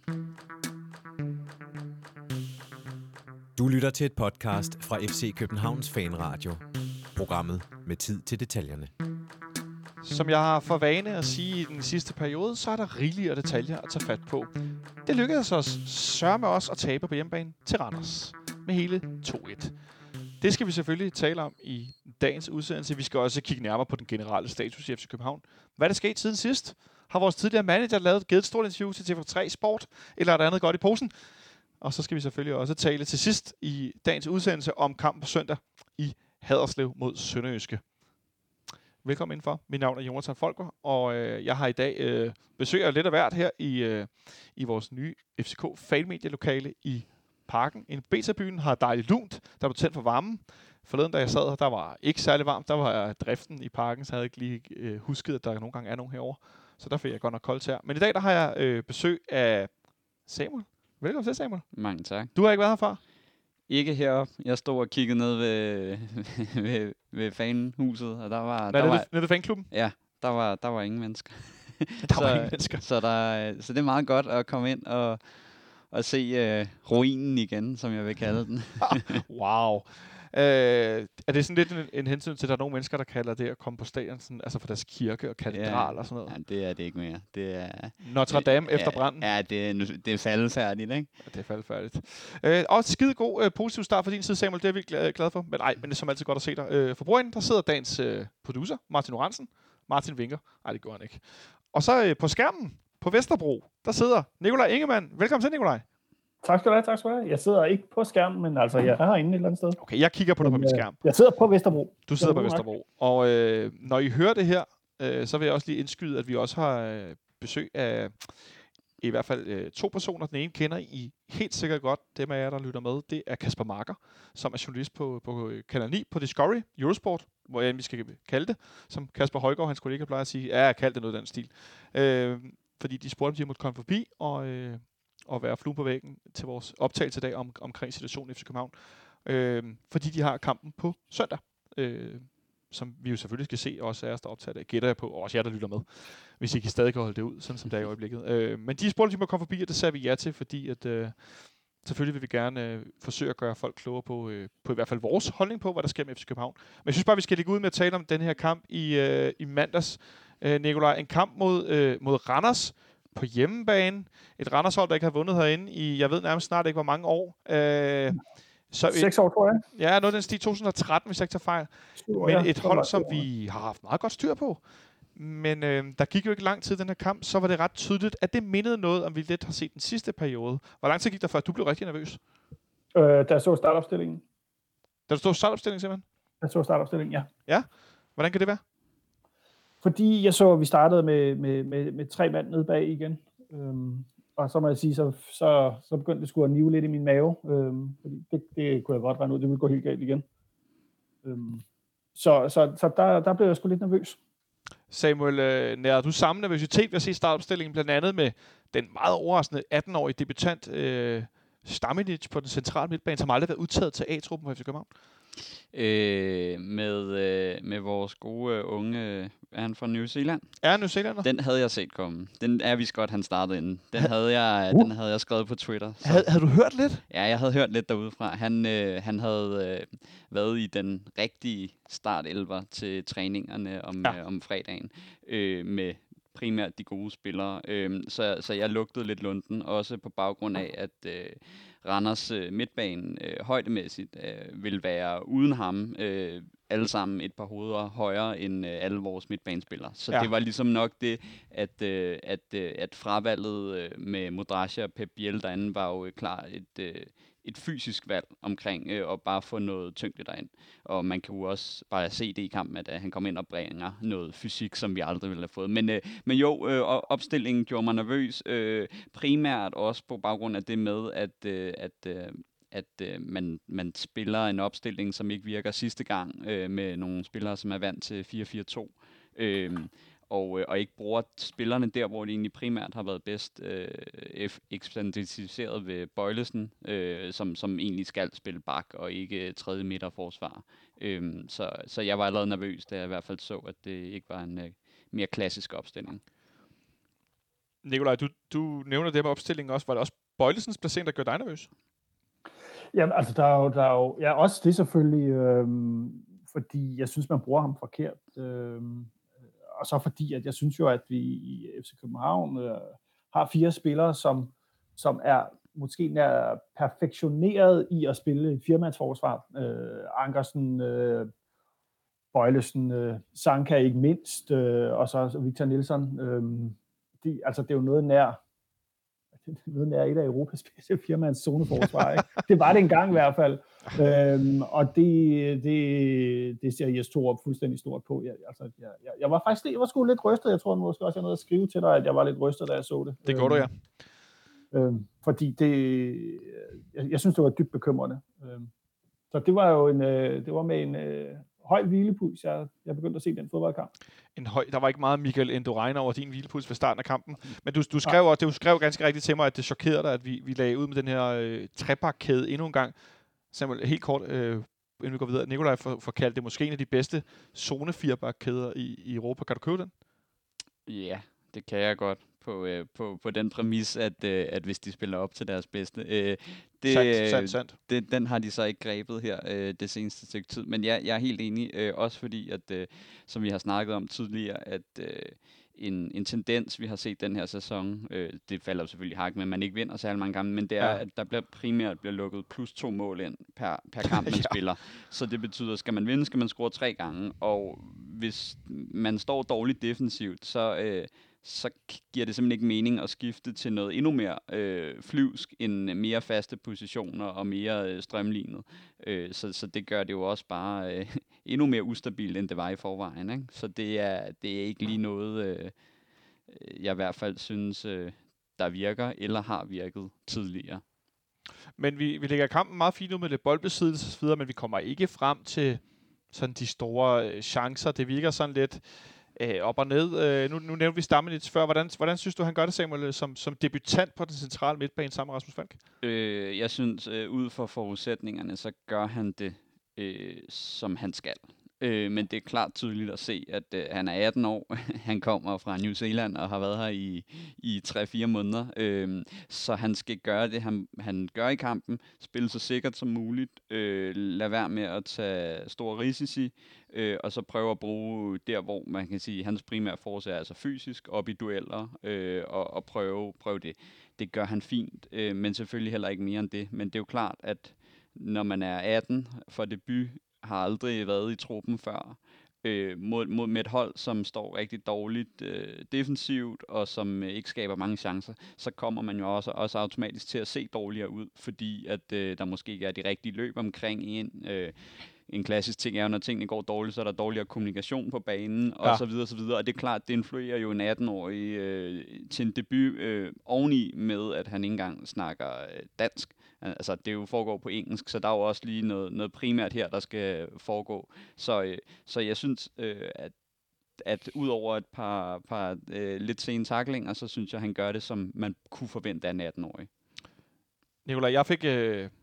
Du lytter til et podcast fra FC Københavns Fanradio. Programmet med tid til detaljerne. Som jeg har for vane at sige i den sidste periode, så er der rigelige detaljer at tage fat på. Det lykkedes os sørme os at tabe på hjemmebane til Randers med hele 2-1. Det skal vi selvfølgelig tale om i dagens udsendelse. Vi skal også kigge nærmere på den generelle status i FC København. Hvad er der sket siden sidst? Har vores tidligere manager givet et stort interview til TV3 Sport? Eller er der andet godt i posen? Og så skal vi selvfølgelig også tale til sidst i dagens udsendelse om kampen på søndag i Haderslev mod Sønderjyske. Velkommen indenfor. Mit navn er Jonathan Folker, og jeg har i dag besøg af lidt af hvert her i vores nye FCK fanmedielokale i Parken. En Beta-byen har dejligt lunt, der blev tændt for varmen. Forleden, da jeg sad her, der var ikke særlig varmt. Der var driften i Parken, så havde jeg ikke lige husket, at der nogle gange er nogen herovre. Så der fik jeg godt nok koldt her. Men i dag, der har jeg besøg af Samuel. Velkommen til, Samuel. Mange tak. Du har ikke været her før? Ikke heroppe. Jeg stod og kiggede ned ved fanhuset, og der var... Nede ved fanklubben? Ja, der var ingen mennesker. Der var ingen mennesker. Så det er meget godt at komme ind og se ruinen igen, som jeg vil kalde den. Wow. Er det sådan lidt en hensyn til, at der er nogle mennesker, der kalder det at komme på stadion, sådan, altså for deres kirke og katedral og sådan noget? Ja, det er det ikke mere. Det er Notre Dame efter branden? Ja, det er faldefærdigt, ikke? Ja, det er faldefærdigt. Og skide god positiv start fra din side, Samuel. Det er vi glad for. Men det er som altid godt at se dig. For bordenden, der sidder dagens producer, Martin Oransen. Martin vinker. Nej, det gør han ikke. Og så på skærmen, på Vesterbro, der sidder Nikolaj Ingemann. Velkommen til, Nikolaj. Tak skal du have. Jeg sidder ikke på skærmen, men altså, jeg er herinde et eller andet sted. Okay, jeg kigger på dig på min skærm. Jeg sidder på Vesterbro. Du sidder på Vesterbro. Og når I hører det her, så vil jeg også lige indskyde, at vi også har besøg af i hvert fald 2 personer. Den ene kender I helt sikkert godt, dem af jer, der lytter med. Det er Kasper Marker, som er journalist på Kanal 9 på Discovery, Eurosport, hvor vi skal kalde det, som Kasper Højgaard, hans kollega, plejer at sige. Ja, kald det noget af den stil. Fordi de spurgte, om de måtte komme forbi og være flue på væggen til vores optagelse i dag omkring situationen i FC København. Fordi de har kampen på søndag, som vi jo selvfølgelig skal se, også er os, der optager det, gætter jeg på, og også jer, der lytter med, hvis I kan stadig kan holde det ud, sådan som det er i øjeblikket. Men de spurgte, de må komme forbi, og det sagde vi ja til, fordi at, selvfølgelig vil vi gerne forsøge at gøre folk klogere på i hvert fald vores holdning på, hvad der sker med FC København. Men jeg synes bare, vi skal lægge ud med at tale om den her kamp i mandags, Nikolaj. En kamp mod Randers, på hjemmebane. Et Randershold, der ikke har vundet herinde i, jeg ved nærmest snart ikke, hvor mange år. 6 år, tror jeg. Ja, noget af den stil 2013, hvis jeg ikke tager fejl. Men et hold, som vi har haft meget godt styr på. Men der gik jo ikke lang tid den her kamp, så var det ret tydeligt, at det mindede noget, om vi lidt har set den sidste periode. Hvor lang tid gik der før, du blev rigtig nervøs? Da jeg så startopstillingen. Da du stod startopstillingen, simpelthen? Jeg så startopstillingen, ja. Ja? Hvordan kan det være? Fordi jeg så, at vi startede med 3 mand nede bag igen. Og så må jeg sige, så begyndte det sgu at nive lidt i min mave. Fordi det kunne jeg godt regne ud, det ville gå helt galt igen. Så der blev jeg sgu lidt nervøs. Samuel, nærer du samme nervøsitet ved at se startopstillingen, blandt andet med den meget overraskende 18-årige debutant Stamenic på den centrale midtbane, som aldrig har været udtaget til A-truppen på FC København? Med vores gode unge, er han fra New Zealand? Er New Zealander? Den havde jeg set komme. Den er vist godt, han startede inden. Den havde jeg skrevet på Twitter. Havde du hørt lidt? Ja, jeg havde hørt lidt derudefra. Han havde været i den rigtige startelver til træningerne om fredagen med primært de gode spillere. Så jeg lugtede lidt lunden, også på baggrund af, at Randers midtbane højdemæssigt vil være uden ham alle sammen et par hoveder højere end alle vores midtbanespillere. Så det var ligesom nok det, at fravalget med Modrasja og Pep Biel derinde var jo klart et fysisk valg omkring at bare få noget tyngde derind. Og man kan jo også bare se det i kampen, at han kommer ind og bringer noget fysik, som vi aldrig ville have fået. Men jo, opstillingen gjorde mig nervøs, primært også på baggrund af det med, at man spiller en opstilling, som ikke virker sidste gang, med nogle spillere, som er vant til 4-4-2. Og ikke bruger spillerne der, hvor de egentlig primært har været bedst eksperimenteret ved Bøjlesen, som egentlig skal spille bak og ikke tredje midterforsvar. Så jeg var allerede nervøs, da jeg i hvert fald så, at det ikke var en mere klassisk opstilling. Nikolaj, du nævner det med opstillingen også. Var det også Bøjlesens placering, der gør dig nervøs? Jamen, altså, der er jo ja, også det selvfølgelig, fordi jeg synes, man bruger ham forkert. Og så fordi, at jeg synes jo, at vi i FC København har 4 spillere, som er måske nær perfektioneret i at spille et firmandsforsvar. Ankersen, Bøjlesen, Sanka ikke mindst, og så Victor Nilsson. Det er jo noget nær et af Europas bedste firmands zoneforsvar. Ikke? Det var det engang i hvert fald. Og det ser Jes Torup fuldstændig stort på. Jeg var sgu lidt rystet. Jeg tror måske også, jeg nåede at skrive til dig, at jeg var lidt rystet, da jeg så det. Det går du, ja. Fordi jeg synes, det var dybt bekymrende. Så det var jo det var med en høj hvilepuls. Jeg begyndte at se den fodboldkamp. Der var ikke meget Michael Endurain over din hvilepuls ved starten af kampen. Men du skrev ganske rigtigt til mig, at det chokerede dig, at vi lagde ud med den her trebakkæde endnu en gang. Samuel, helt kort, inden vi går videre. Nikolaj forkaldte det måske en af de bedste zone-firebakkæder i Europa. Kan du købe den? Ja, det kan jeg godt. På den præmis, at hvis de spiller op til deres bedste. Sandt. Den har de så ikke grebet her det seneste stykke tid. Men jeg er helt enig, også fordi, at som vi har snakket om tidligere, at en tendens, vi har set den her sæson, det falder selvfølgelig hak med, at man ikke vinder særlig mange gange, men det er, at der primært bliver lukket +2 mål ind per kamp, man spiller. Så det betyder, at skal man vinde, skal man score 3 gange, og hvis man står dårligt defensivt, så giver det simpelthen ikke mening at skifte til noget endnu mere flyvsk end mere faste positioner og mere strømlignet. Så det gør det jo også bare endnu mere ustabilt, end det var i forvejen. Ikke? Så det er ikke lige noget, jeg i hvert fald synes, der virker eller har virket tidligere. Men vi lægger kampen meget fint ud med lidt boldbesiddelse og så videre, men vi kommer ikke frem til sådan de store chancer. Det virker sådan lidt op og ned. Nu nævnte vi Stammenich før. Hvordan synes du, han gør det, Samuel, som debutant på den centrale midtbane sammen med Rasmus Falk? Jeg synes, ud fra forudsætningerne, så gør han det, som han skal. Men det er klart tydeligt at se, at han er 18 år. Han kommer fra New Zealand og har været her i 3-4 måneder. Så han skal gøre det, han gør i kampen. Spille så sikkert som muligt. Lad være med at tage store risici. Og så prøve at bruge der, hvor man kan sige, hans primære force er altså fysisk, op i dueller. Og prøve det. Det gør han fint, men selvfølgelig heller ikke mere end det. Men det er jo klart, at når man er 18 for debut, har aldrig været i truppen før, med et hold, som står rigtig dårligt defensivt, og som ikke skaber mange chancer, så kommer man jo også automatisk til at se dårligere ud, fordi at der måske ikke er de rigtige løb omkring en klassisk ting er jo, når tingene går dårligt, så er der dårligere kommunikation på banen, og så videre, så videre. Og det er klart, det influerer jo en 18-årig til en debut oveni med, at han ikke engang snakker dansk. Altså, det jo foregår på engelsk, så der er jo også lige noget primært her, der skal foregå. Så jeg synes, at ud over et par lidt sene tacklinger, så synes jeg, han gør det, som man kunne forvente af en 18-årig. Nikolaj, jeg fik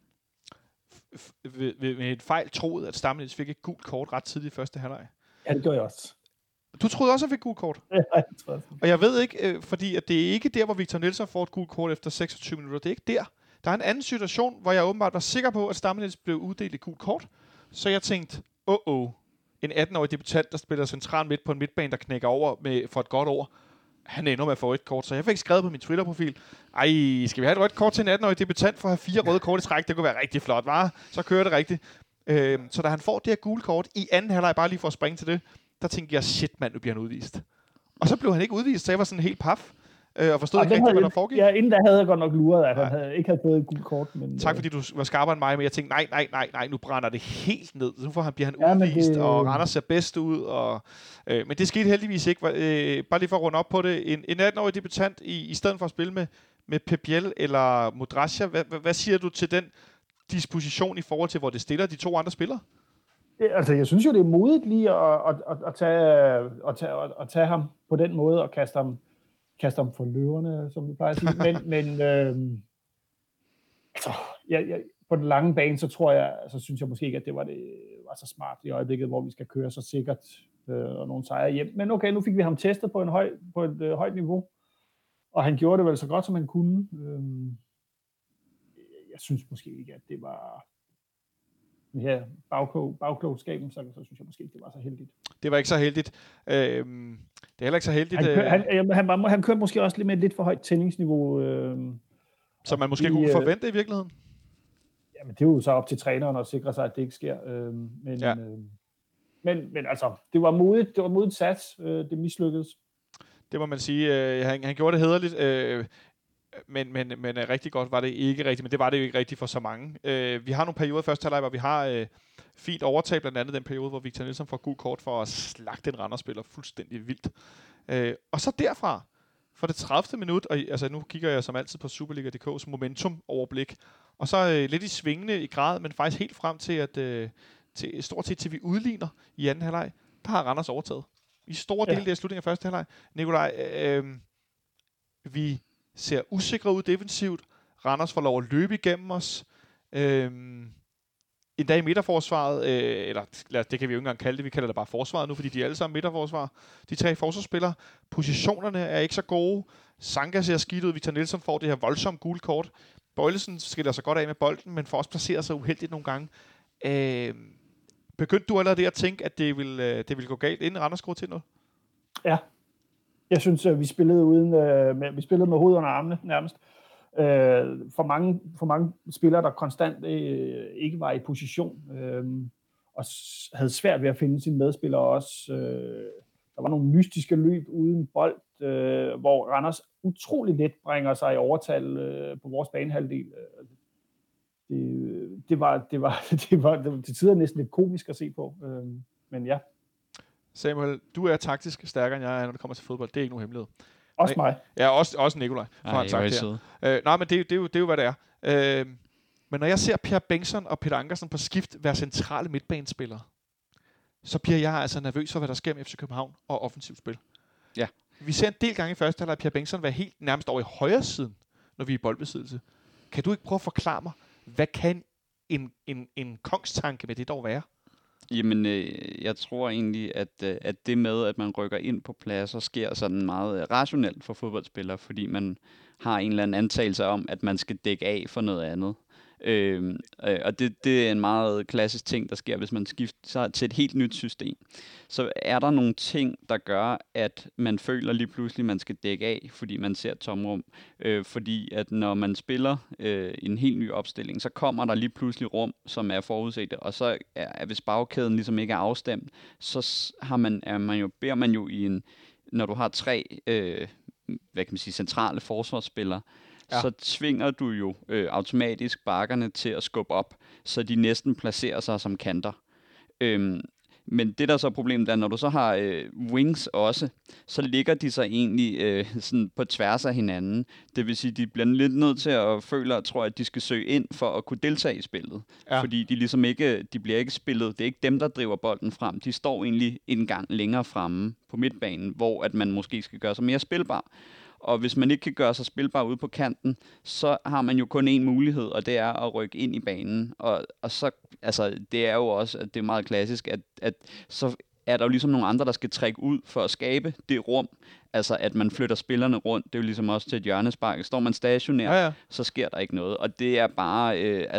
ved et fejl troet, at Stammenich fik et gult kort ret tidligt i første halvleg. Ja, det gør jeg også. Du troede også, at han fik gult kort? Ja, jeg tror også. Og jeg ved ikke, fordi at det er ikke der, hvor Victor Nilsson får et gult kort efter 26 minutter. Det er ikke der. Der er en anden situation, hvor jeg åbenbart var sikker på, at Stammenich blev uddelt et gult kort. Så jeg tænkte, en 18-årig debutant, der spiller central midt på en midtbane, der knækker over for et godt år. Han ender med at få et kort, så jeg fik skrevet på min Twitter-profil, skal vi have et rødt kort til en 18-årig debutant for at have 4 røde kort i træk? Det kunne være rigtig flot, var? Så kører det rigtigt. Så da han får det her gule kort i anden halvleg, bare lige for at springe til det, der tænkte jeg, shit mand, nu bliver han udvist. Og så blev han ikke udvist, så jeg var sådan helt paf. Og forstod ikke rigtig, hvad der foregik. Ja, inden da havde jeg godt nok luret, at han ikke havde fået et gult kort. Men, tak fordi du var skarpere end mig, men jeg tænkte, nej, nu brænder det helt ned. Så bliver han udvist, og Randers ser bedst ud. Men det skete heldigvis ikke. Bare lige for at runde op på det. En 18-årig debutant, i stedet for at spille med Pep Biel eller Modrasja, hvad siger du til den disposition i forhold til, hvor det stiller de 2 andre spillere? Altså, jeg synes jo, det er modigt lige at tage ham på den måde og kaste ham for løverne, som vi plejer at sige. Men på den lange bane, så synes jeg måske ikke, at det var så smart i øjeblikket, hvor vi skal køre så sikkert og nogle sejre hjem. Men okay, nu fik vi ham testet på et højt niveau. Og han gjorde det vel så godt, som han kunne. Jeg synes måske ikke, at det var her bagklogskaben, så synes jeg måske ikke, det var så heldigt. Det var ikke så heldigt. Det er heller ikke så heldigt. Han kørte måske også lidt med et lidt for højt tændingsniveau. Som man måske kunne forvente i virkeligheden? Jamen, det er jo så op til træneren at sikre sig, at det ikke sker. Men altså, det var modigt sats. Det mislykkedes. Det må man sige. Han gjorde det hæderligt. Men rigtig godt var det ikke rigtigt, men det var det jo ikke rigtigt for så mange. Vi har nogle perioder i første halvleg, hvor vi har fint overtag, blandt andet den periode, hvor Victor Nielsen får gul kort for at slagte en Randers-spiller fuldstændig vildt. Og så derfra, for det 30. minut, og altså nu kigger jeg som altid på Superliga.dk's momentum-overblik, og så lidt i svingende i grad, men faktisk helt frem til, at stort set til vi udligner i anden halvleg, der har Randers overtaget. I store dele af slutningen af første halvleg. Nikolaj, vi ser usikre ud defensivt. Randers får lov at løbe igennem os. Endda i midterforsvaret, eller det kan vi jo ikke engang kalde det, vi kalder det bare forsvaret nu, fordi de er alle sammen midterforsvar. De 3 forsvarsspillere. Positionerne er ikke så gode. Sanka ser skidt ud. Victor Nielsen får det her voldsomt gule kort. Bøjlesen skiller sig godt af med bolden, men får også placeret sig uheldigt nogle gange. Begyndte du allerede at tænke, at det ville gå galt, inden Randers skruede til noget? Ja. Jeg synes, at vi spillede med hovedet under armene nærmest. For mange spillere, der konstant ikke var i position, og havde svært ved at finde sine medspillere også. Der var nogle mystiske løb uden bold, hvor Randers utrolig let bringer sig i overtal på vores banehalvdel. Det var til tider næsten lidt komisk at se på, men ja. Samuel, du er taktisk stærkere end jeg er, når det kommer til fodbold. Det er ikke nogen hemmelighed. Også mig. Ja, også Nikolaj. Nej, men det er jo, hvad det er. Men når jeg ser Pierre Bengtsson og Peter Ankersen på skift være centrale midtbanespillere, så bliver jeg altså nervøs for, hvad der sker med FC København og offensivt spil. Ja. Vi ser en del gange i første halvleg Pierre Bengtsson være helt nærmest over i højre siden, når vi er i boldbesiddelse. Kan du ikke prøve at forklare mig, hvad kan en kongstanke med det dog være? Jamen, jeg tror egentlig, at det med, at man rykker ind på pladser, sker sådan meget rationelt for fodboldspillere, fordi man har en eller anden antagelse om, at man skal dække af for noget andet. Og det er en meget klassisk ting, der sker, hvis man skifter til et helt nyt system. Så er der nogle ting, der gør, at man føler lige pludselig, at man skal dække af, fordi man ser et tomrum. Fordi at når man spiller en helt ny opstilling, så kommer der lige pludselig rum, som er forudsete. Og så hvis bagkæden ligesom ikke er afstemt, så beder man jo i en, når du har 3 centrale forsvarsspillere, så tvinger du jo automatisk bakkerne til at skubbe op, så de næsten placerer sig som kanter. Men det der så er problemet er, når du så har wings også, så ligger de sig egentlig sådan på tværs af hinanden. Det vil sige, de bliver lidt nødt til at føle og tror, at de skal søge ind for at kunne deltage i spillet. Ja. Fordi de bliver ikke spillet. Det er ikke dem, der driver bolden frem. De står egentlig en gang længere fremme på midtbanen, hvor at man måske skal gøre sig mere spilbar. Og hvis man ikke kan gøre sig spilbar ude på kanten, så har man jo kun én mulighed, og det er at rykke ind i banen. Og så, altså, det er jo også, at det er meget klassisk, at så er der jo ligesom nogle andre, der skal trække ud for at skabe det rum. Altså, at man flytter spillerne rundt. Det er jo ligesom også til et hjørnespark. Står man stationær, så sker der ikke noget. Og det er bare,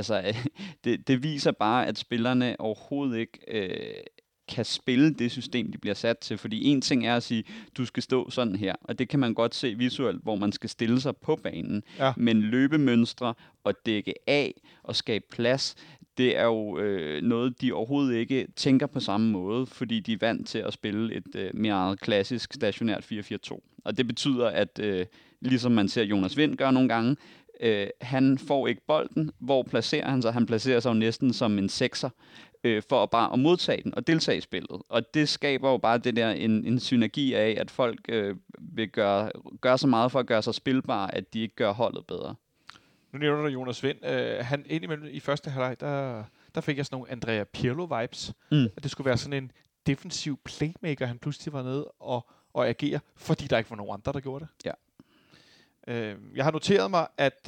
det viser bare, at spillerne overhovedet ikke kan spille det system, de bliver sat til. Fordi en ting er at sige, du skal stå sådan her, og det kan man godt se visuelt, hvor man skal stille sig på banen. Ja. Men løbemønstre og dække af og skabe plads, det er jo noget, de overhovedet ikke tænker på samme måde, fordi de er vant til at spille et mere klassisk stationært 4-4-2. Og det betyder, at ligesom man ser Jonas Vind gøre nogle gange, han får ikke bolden. Hvor placerer han sig? Han placerer sig jo næsten som en 6'er, for bare at modtage den og deltage i spillet. Og det skaber jo bare det der en synergi af, at folk vil gøre så meget for at gøre sig spilbare, at de ikke gør holdet bedre. Nu nævner du Jonas Vind. Han indimellem i første halvleg, der fik jeg sådan nogle Andrea Pirlo-vibes. At det skulle være sådan en defensiv playmaker, han pludselig var nede og agere, fordi der ikke var nogen andre, der gjorde det. Ja. Jeg har noteret mig, at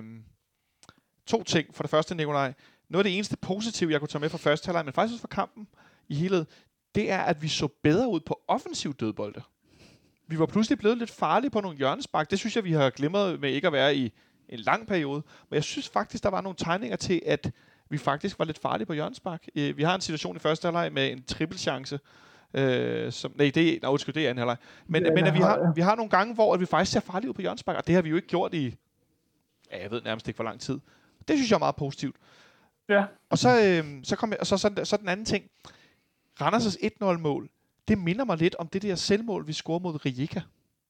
2 ting. For det første, Nikolaj, noget af det eneste positive, jeg kunne tage med fra første halvleg, men faktisk også fra kampen i helhed, det er, at vi så bedre ud på offensiv dødbolde. vi var pludselig blevet lidt farlige på nogle hjørnespark. Det synes jeg, vi har glemret med ikke at være i en lang periode. Men jeg synes faktisk, der var nogle tegninger til, at vi faktisk var lidt farlige på hjørnespark. Vi har en situation i første halvleg med en trippelchance. Det er anden halvleg. Men vi har nogle gange, hvor vi faktisk ser farlige ud på hjørnespark, og det har vi jo ikke gjort i, jeg ved nærmest ikke for lang tid. Det synes jeg er meget positivt. Ja. Og så den anden ting. Randers' 1-0-mål, det minder mig lidt om det der selvmål, vi scorer mod Rijeka.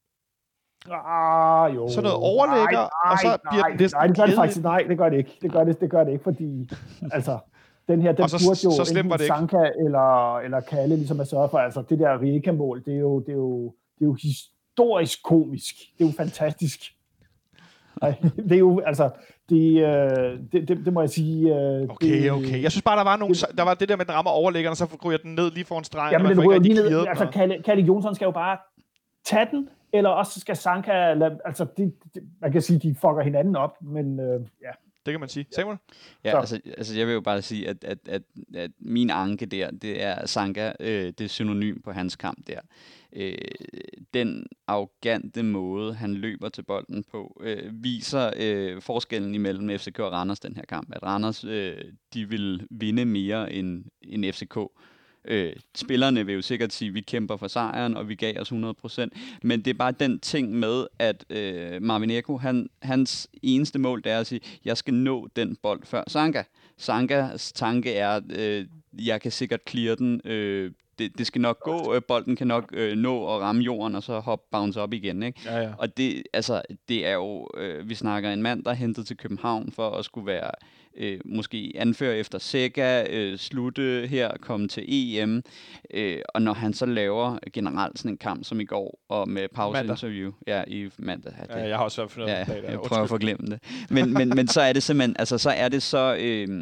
Jo. Så noget overlægger, og så bliver den næsten kedeligt. Nej, det gør det ikke. Det gør det ikke, fordi altså, den burde jo enten Sanka eller Kalle ligesom at sørge for. Altså, det der Rijeka-mål, det er jo historisk komisk. Det er jo fantastisk. Det er jo, altså, det må jeg sige. Okay. Jeg synes bare, der var det der med, den rammer overlæggeren, og så ryger den ned lige foran stregen. Ja, men den ryger lige ned. Altså, Kalle Jonsson skal jo bare tage den, eller også skal Sanka, altså, man kan sige, de fucker hinanden op, men ja. Det kan man sige. Samuel? Ja, altså jeg vil jo bare sige, at min anke der, det er Sanka, det er synonym på hans kamp der. Den arrogante måde, han løber til bolden på, viser forskellen imellem FCK og Randers den her kamp. At Randers, de vil vinde mere end FCK. Spillerne vil jo sikkert sige, at vi kæmper for sejren, og vi gav os 100%. Men det er bare den ting med, at Marvin Eko, hans eneste mål, det er at sige, jeg skal nå den bold før Sanka. Sankas tanke er, jeg kan sikkert clear den. Det skal nok gå. Bolden kan nok nå at ramme jorden, og så bounce op igen. Ikke? Ja. Og det er jo, vi snakker en mand, der er hentet til København for at skulle være måske anfører efter Sega, slutte her, komme til EM, og når han så laver generelt sådan en kamp som i går, og med pauseinterview, i mandag. Jeg har også svært for noget. Jeg prøver at forglemme det. Men så er det simpelthen, altså så er det så,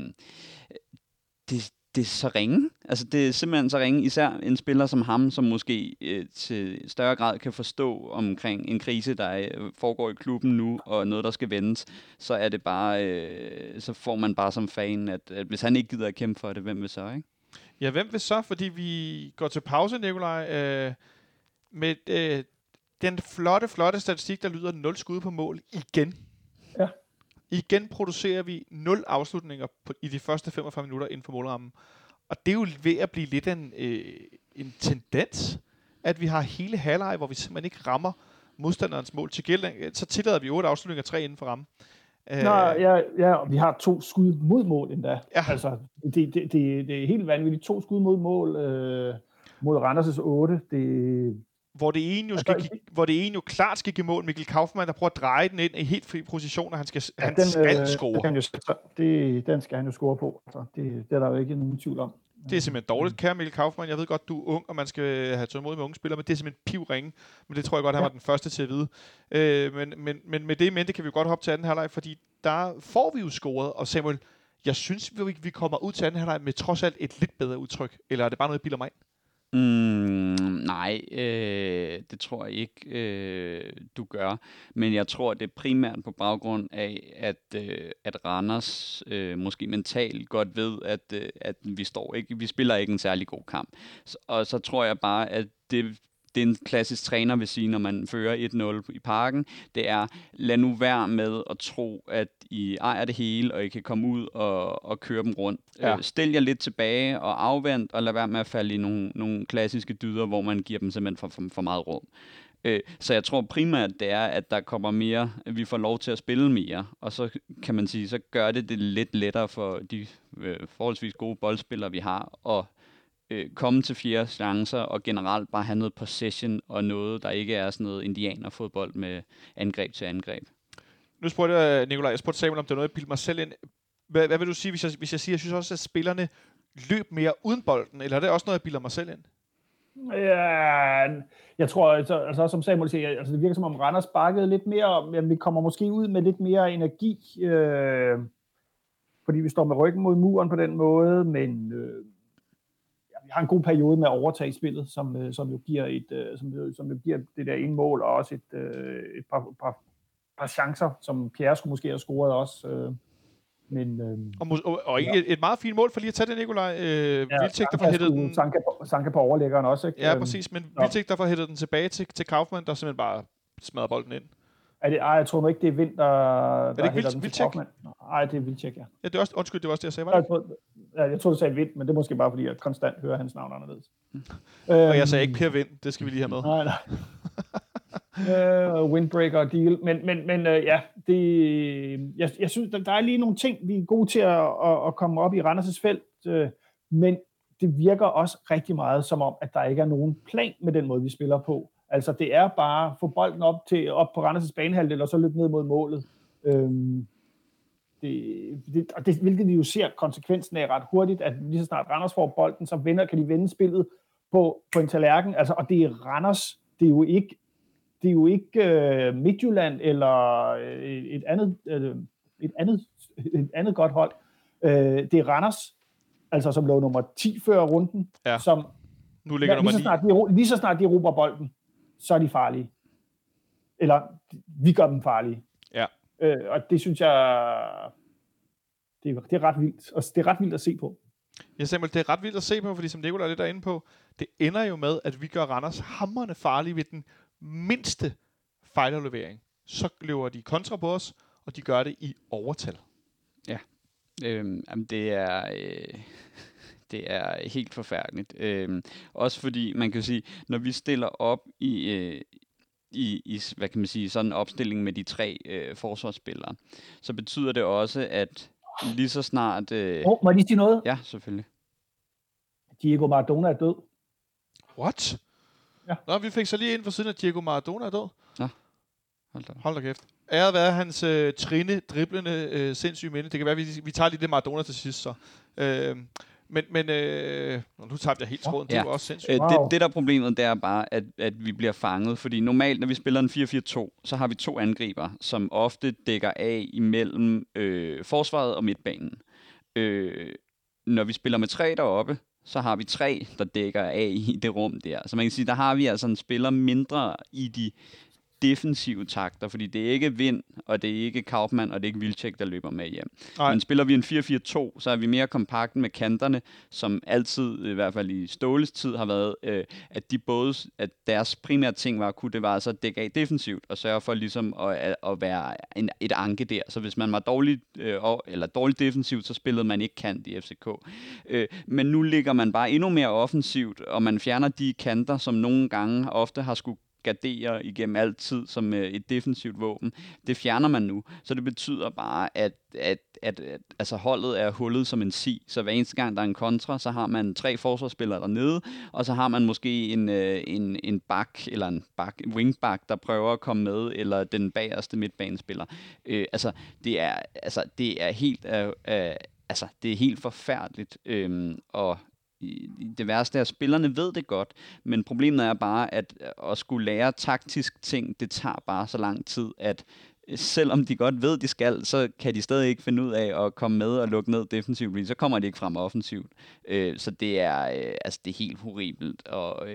det er så ringe. Altså det er simpelthen så ringe, især en spiller som ham, som måske til større grad kan forstå omkring en krise, der foregår i klubben nu, og noget, der skal vendes, så er det bare, så får man bare som fan, at hvis han ikke gider at kæmpe for det, hvem vil så, ikke? Ja, hvem vil så? Fordi vi går til pause, Nikolaj, med den flotte statistik, der lyder 0 skud på mål igen. Ja. Igen producerer vi 0 afslutninger i de første 45 minutter inden for målrammen. Og det er jo ved at blive lidt en tendens, at vi har hele halvleg, hvor vi simpelthen ikke rammer modstanderens mål. Til gæld, så tillader vi 8 afslutninger, 3 inden for rammen. Og vi har 2 skud mod mål endda. Ja. Altså, det er helt vanvittigt. 2 skud mod mål mod Randers' 8. Hvor det ene jo klart skal give mål. Mikkel Kaufmann, der prøver at dreje den ind i helt fri position, og han skal score. Den skal han jo score på. Altså, det er der jo ikke nogen tvivl om. Det er simpelthen dårligt, kære Mikkel Kaufmann. Jeg ved godt, du er ung, og man skal have tålmodighed med unge spillere, men det er simpelthen pivringe. Men det tror jeg godt, han var den første til at vide. Men med det i mente kan vi godt hoppe til anden halvleg, fordi der får vi jo scoret. Og Samuel, jeg synes, vi kommer ud til anden halvleg med trods alt et lidt bedre udtryk. Eller er det bare noget, jeg bilder mig ind? Nej, det tror jeg ikke, du gør. Men jeg tror, det er primært på baggrund af, at Randers måske mentalt godt ved, at vi spiller ikke en særlig god kamp. Og så tror jeg bare, at det en klassisk træner vil sige, når man fører 1-0 i parken, det er, lad nu være med at tro, at I ejer det hele, og I kan komme ud og køre dem rundt. Ja. Stil jer lidt tilbage og afvent, og lad være med at falde i nogle klassiske dyder, hvor man giver dem simpelthen for meget rum. Så jeg tror primært, det er, at der kommer mere, at vi får lov til at spille mere, og så kan man sige, så gør det lidt lettere for de forholdsvis gode boldspillere, vi har, og komme til 4 chancer, og generelt bare have noget possession, og noget, der ikke er sådan noget indianerfodbold med angreb til angreb. Nu spurgte jeg, Nikolaj, Samuel, om det er noget, jeg bilder mig selv ind. Hvad vil du sige, hvis jeg siger, jeg synes også, at spillerne løb mere uden bolden, eller er det også noget, jeg bilder mig selv ind? Ja, jeg tror, altså som Samuel siger, altså det virker som om Randers bakkede lidt mere, men vi kommer måske ud med lidt mere energi, fordi vi står med ryggen mod muren på den måde, men vi har en god periode med at overtage spillet, som jo giver som jo giver det der ene mål, og også et par chancer, som Pierre skulle måske have scoret også. Men, og et meget fint mål for lige at tage det, Nikolaj. Wilczek, der får hættet den... Sanka på overlæggeren også, ikke? Ja, præcis, men Wilczek, der får hættet den tilbage til Kaufmann, der simpelthen bare smadrer bolden ind. Jeg tror ikke, det er Vind, der hætter den til Kaufmann. Nej, det er Wilczek, ja. Ja, det er også, undskyld, det var også det, jeg sagde, var det? Jeg tror, du sagde Vind, men det er måske bare, fordi jeg konstant hører hans navn anderledes. Og jeg sagde ikke Per Vind, det skal vi lige have med. Nej. Windbreaker deal, men ja, jeg synes, der er lige nogle ting, vi er gode til at komme op i Randers' felt, men det virker også rigtig meget som om, at der ikke er nogen plan med den måde, vi spiller på. Altså, det er bare at få bolden op på Randers' banehalvdel, og så løbe ned mod målet. Hvilket vi jo ser konsekvensen af ret hurtigt, at lige så snart Randers får bolden, så kan de vende spillet på en tallerken. Altså, og det er Randers, det er jo ikke Midtjylland eller et andet godt hold. Det er Randers, altså som lå nummer 10 før runden, som nu ligger nummer 9. Lige så snart de erobrer bolden, så er de farlige. Eller vi gør dem farlige. Ja. Og det synes jeg, det er ret vildt. Og det er ret vildt at se på. Ja, Samuel, det er ret vildt at se på, fordi som Nicolaj er lidt derinde på, det ender jo med, at vi gør Randers hamrende farlige ved den mindste fejlaflevering. Så løber de kontra på os, og de gør det i overtal. Ja, det er helt forfærdeligt. Også fordi, man kan sige, når vi stiller op i hvad kan man sige, sådan en opstilling med de 3 forsvarsspillere, så betyder det også, at lige så snart... må jeg lige sige noget? Ja, selvfølgelig. Diego Maradona er død. What? Ja. Nå, vi fik så lige ind for siden, at Diego Maradona er død. Nå, hold da kæft. Æret være hans driblende sindssyge minde. Det kan være, vi tager lige det Maradona til sidst så. Men nu tabte jeg helt tråden. Det var også sindssygt. Det der er problemet, det er bare, at vi bliver fanget. Fordi normalt, når vi spiller en 4-4-2, så har vi 2 angriber, som ofte dækker af imellem forsvaret og midtbanen. Når vi spiller med 3 deroppe, så har vi 3, der dækker af i det rum der. Så man kan sige, der har vi altså en spiller mindre i de defensive takter, fordi det er ikke Vind, og det er ikke Kaufmann, og det er ikke Wilczek, der løber med hjem. Nej. Men spiller vi en 4-4-2, så er vi mere kompakte med kanterne, som altid, i hvert fald i Ståles tid, har været, at deres primære ting var, det var altså at dække af defensivt, og sørge for ligesom at være et anke der. Så hvis man var dårligt defensivt, så spillede man ikke kant i FCK. Men nu ligger man bare endnu mere offensivt, og man fjerner de kanter, som nogle gange ofte har skulle gardere igennem altid som et defensivt våben. Det fjerner man nu. Så det betyder bare, at altså holdet er hullet som en si. Så hver eneste gang, der er en kontra, så har man 3 forsvarsspillere dernede, og så har man måske en bak, eller en wingback, der prøver at komme med, eller den bagerste midtbanespiller. Det er helt forfærdeligt, og det værste er, at spillerne ved det godt, men problemet er bare, at skulle lære taktisk ting, det tager bare så lang tid, at selvom de godt ved, de skal, så kan de stadig ikke finde ud af at komme med og lukke ned defensivt, fordi så kommer de ikke frem offensivt. Så det er helt horribelt, og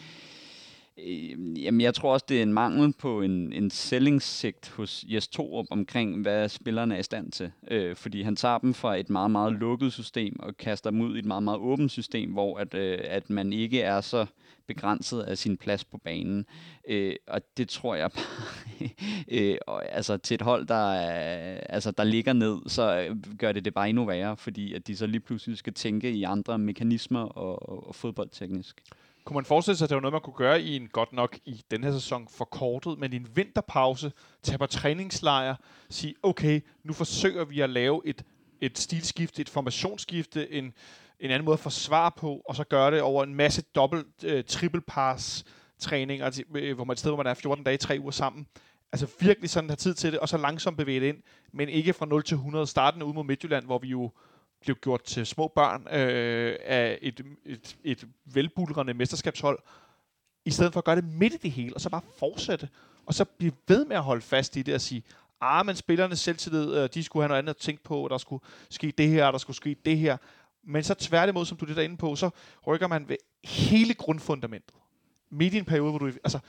jeg tror også, det er en mangel på en sælgingssigt hos Jes Torup omkring, hvad spillerne er i stand til. Fordi han tager dem fra et meget, meget lukket system og kaster dem ud i et meget, meget åbent system, hvor at man ikke er så begrænset af sin plads på banen. Og det tror jeg bare, til et hold, der ligger ned, så gør det bare endnu værre, fordi at de så lige pludselig skal tænke i andre mekanismer og fodboldteknisk. Kunne man forestille sig, at det var noget, man kunne gøre i en godt nok i den her sæson forkortet, men i en vinterpause, tage på træningslejr, sige, okay, nu forsøger vi at lave et stilskifte, et formationsskifte, en anden måde at forsvare på, og så gøre det over en masse triple-pass træninger, hvor man et sted, hvor man er 14 dage, 3 uger sammen. Altså virkelig sådan have tid til det, og så langsomt bevæge det ind, men ikke fra 0 til 100, startende ud mod Midtjylland, hvor vi jo blev gjort til små børn af et velbulrende mesterskabshold, i stedet for at gøre det midt i det hele, og så bare fortsætte, og så blive ved med at holde fast i det og sige, men spillernes selvtillid, de skulle have noget andet at tænke på, der skulle ske det her, der skulle ske det her, men så tværtimod, som du er inde på, så rykker man ved hele grundfundamentet, midt i en periode, hvor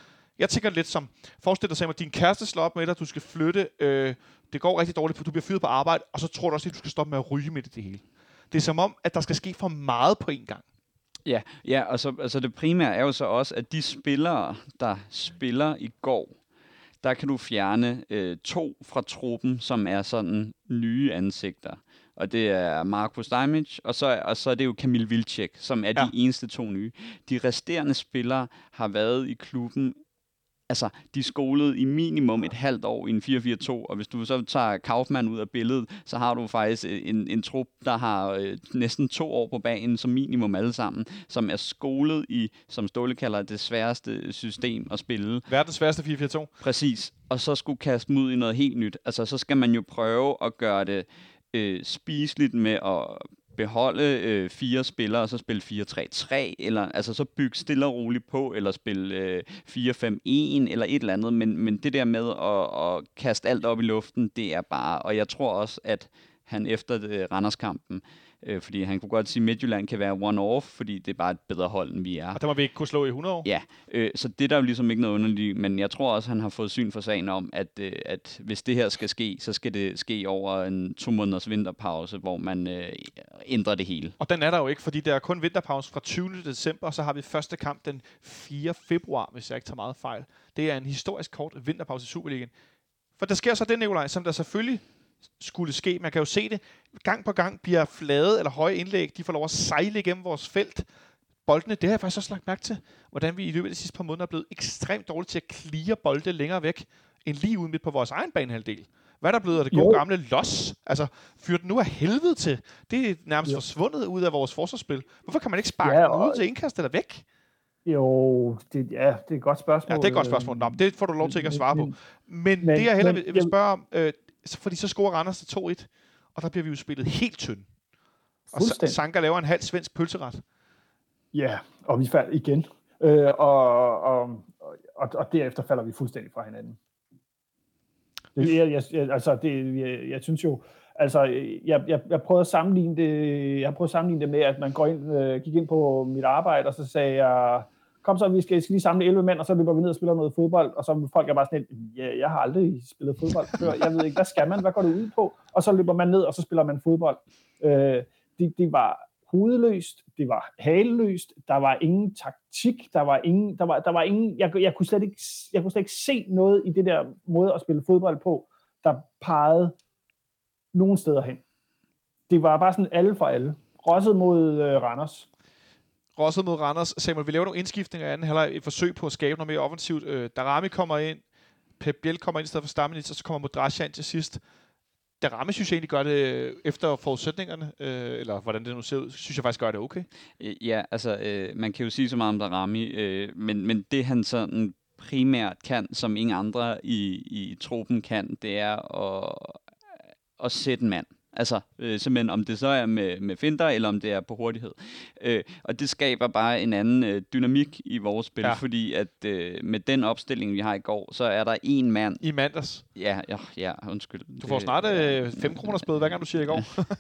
Jeg tænker lidt som, forestil dig, at din kæreste slår op med dig, du skal flytte, det går rigtig dårligt, du bliver fyret på arbejde, og så tror du også, at du skal stoppe med at ryge midt i det hele. Det er som om, at der skal ske for meget på en gang. Ja, og så altså det primære er jo så også, at de spillere, der spiller i går, der kan du fjerne 2 fra truppen, som er sådan nye ansigter. Og det er Marko Stajmic, og så er det jo Kamil Vilcek, som er de eneste 2 nye. De resterende spillere har været i klubben, altså de skolede i minimum et halvt år i en 4-4-2, og hvis du så tager Kaufmann ud af billedet, så har du faktisk en trup, der har næsten 2 år på banen, som minimum alle sammen, som er skolet i, som Ståle kalder det sværeste system at spille. Verdens sværeste 4-4-2. Præcis, og så skulle kaste dem ud i noget helt nyt. Altså så skal man jo prøve at gøre det spiseligt med at beholde 4 spillere, og så spille 4-3-3, eller altså så bygge stille og roligt på, eller spille 4-5-1, eller et eller andet, men det der med at kaste alt op i luften, det er bare, og jeg tror også, at han efter Randerskampen, fordi han kunne godt sige, at Midtjylland kan være one-off, fordi det er bare et bedre hold, end vi er. Og der må vi ikke kunne slå i 100 år. Ja, så det der er jo ligesom ikke noget underligt, men jeg tror også, han har fået syn for sagen om, at hvis det her skal ske, så skal det ske over en 2 måneders vinterpause, hvor man ændrer det hele. Og den er der jo ikke, fordi der er kun vinterpause fra 20. december, og så har vi første kamp den 4. februar, hvis jeg ikke tager meget fejl. Det er en historisk kort vinterpause i Superligaen. For der sker så det, Nikolaj, som der selvfølgelig skulle ske. Man kan jo se det. Gang på gang bliver flade eller høje indlæg, de får lov at sejle igennem vores felt. Boldene, det har jeg faktisk også lagt mærke til, hvordan vi i løbet af de sidste par måneder er blevet ekstremt dårlige til at clear bolde længere væk, end lige ude midt på vores egen banehalvdel. Hvad er der blevet af det gode gamle los? Altså, fyr den nu af helvede til. Det er nærmest forsvundet ud af vores forsvarsspil. Hvorfor kan man ikke sparke den ud til indkast eller væk? Jo, det er et godt spørgsmål. Ja, det er et godt spørgsmål. Nå, det får du lov til ikke at svare på. Men det jeg hellere vil spørge om, fordi så scorer Randers til 2-1, og der bliver vi jo spillet helt tynd. Og Sanka laver en halv svensk pølseret. Ja, og vi falder igen. Og derefter falder vi fuldstændig fra hinanden. Jeg synes jo, altså, jeg prøvede at sammenligne det, med, at man gik ind på mit arbejde, og så sagde jeg, kom så, vi skal lige samle 11 mænd, og så løber vi ned og spiller noget fodbold, og så folk er bare sådan lidt, ja, jeg har aldrig spillet fodbold før, jeg ved ikke, hvad skal man, hvad går det ud på? Og så løber man ned, og så spiller man fodbold. Det var hovedløst, det var haleløst, der var ingen taktik, der var ingen, jeg kunne slet ikke se noget i det der måde at spille fodbold på, der pegede nogen steder hen. Det var bare sådan alle for alle. Rosset mod Randers. Rosset mod Randers. Samuel, vi laver nogle indskiftninger af anden halvleg, et forsøg på at skabe noget mere offensivt. Darami kommer ind, Pep Biel kommer ind i stedet for Stamenic, og så kommer Modrasja ind til sidst. Darami synes jeg egentlig gør det efter forudsætningerne, eller hvordan det nu ser ud, synes jeg faktisk gør det okay. Ja, altså man kan jo sige så meget om Darami, men det han sådan primært kan, som ingen andre i truppen kan, det er at sætte en mand. Altså simpelthen om det så er med finter, eller om det er på hurtighed. Og det skaber bare en anden dynamik i vores spil, fordi at med den opstilling, vi har i går, så er der en mand. I mandags? Ja, undskyld. Du får snart 5 kroner spæde, hver gang du siger i går.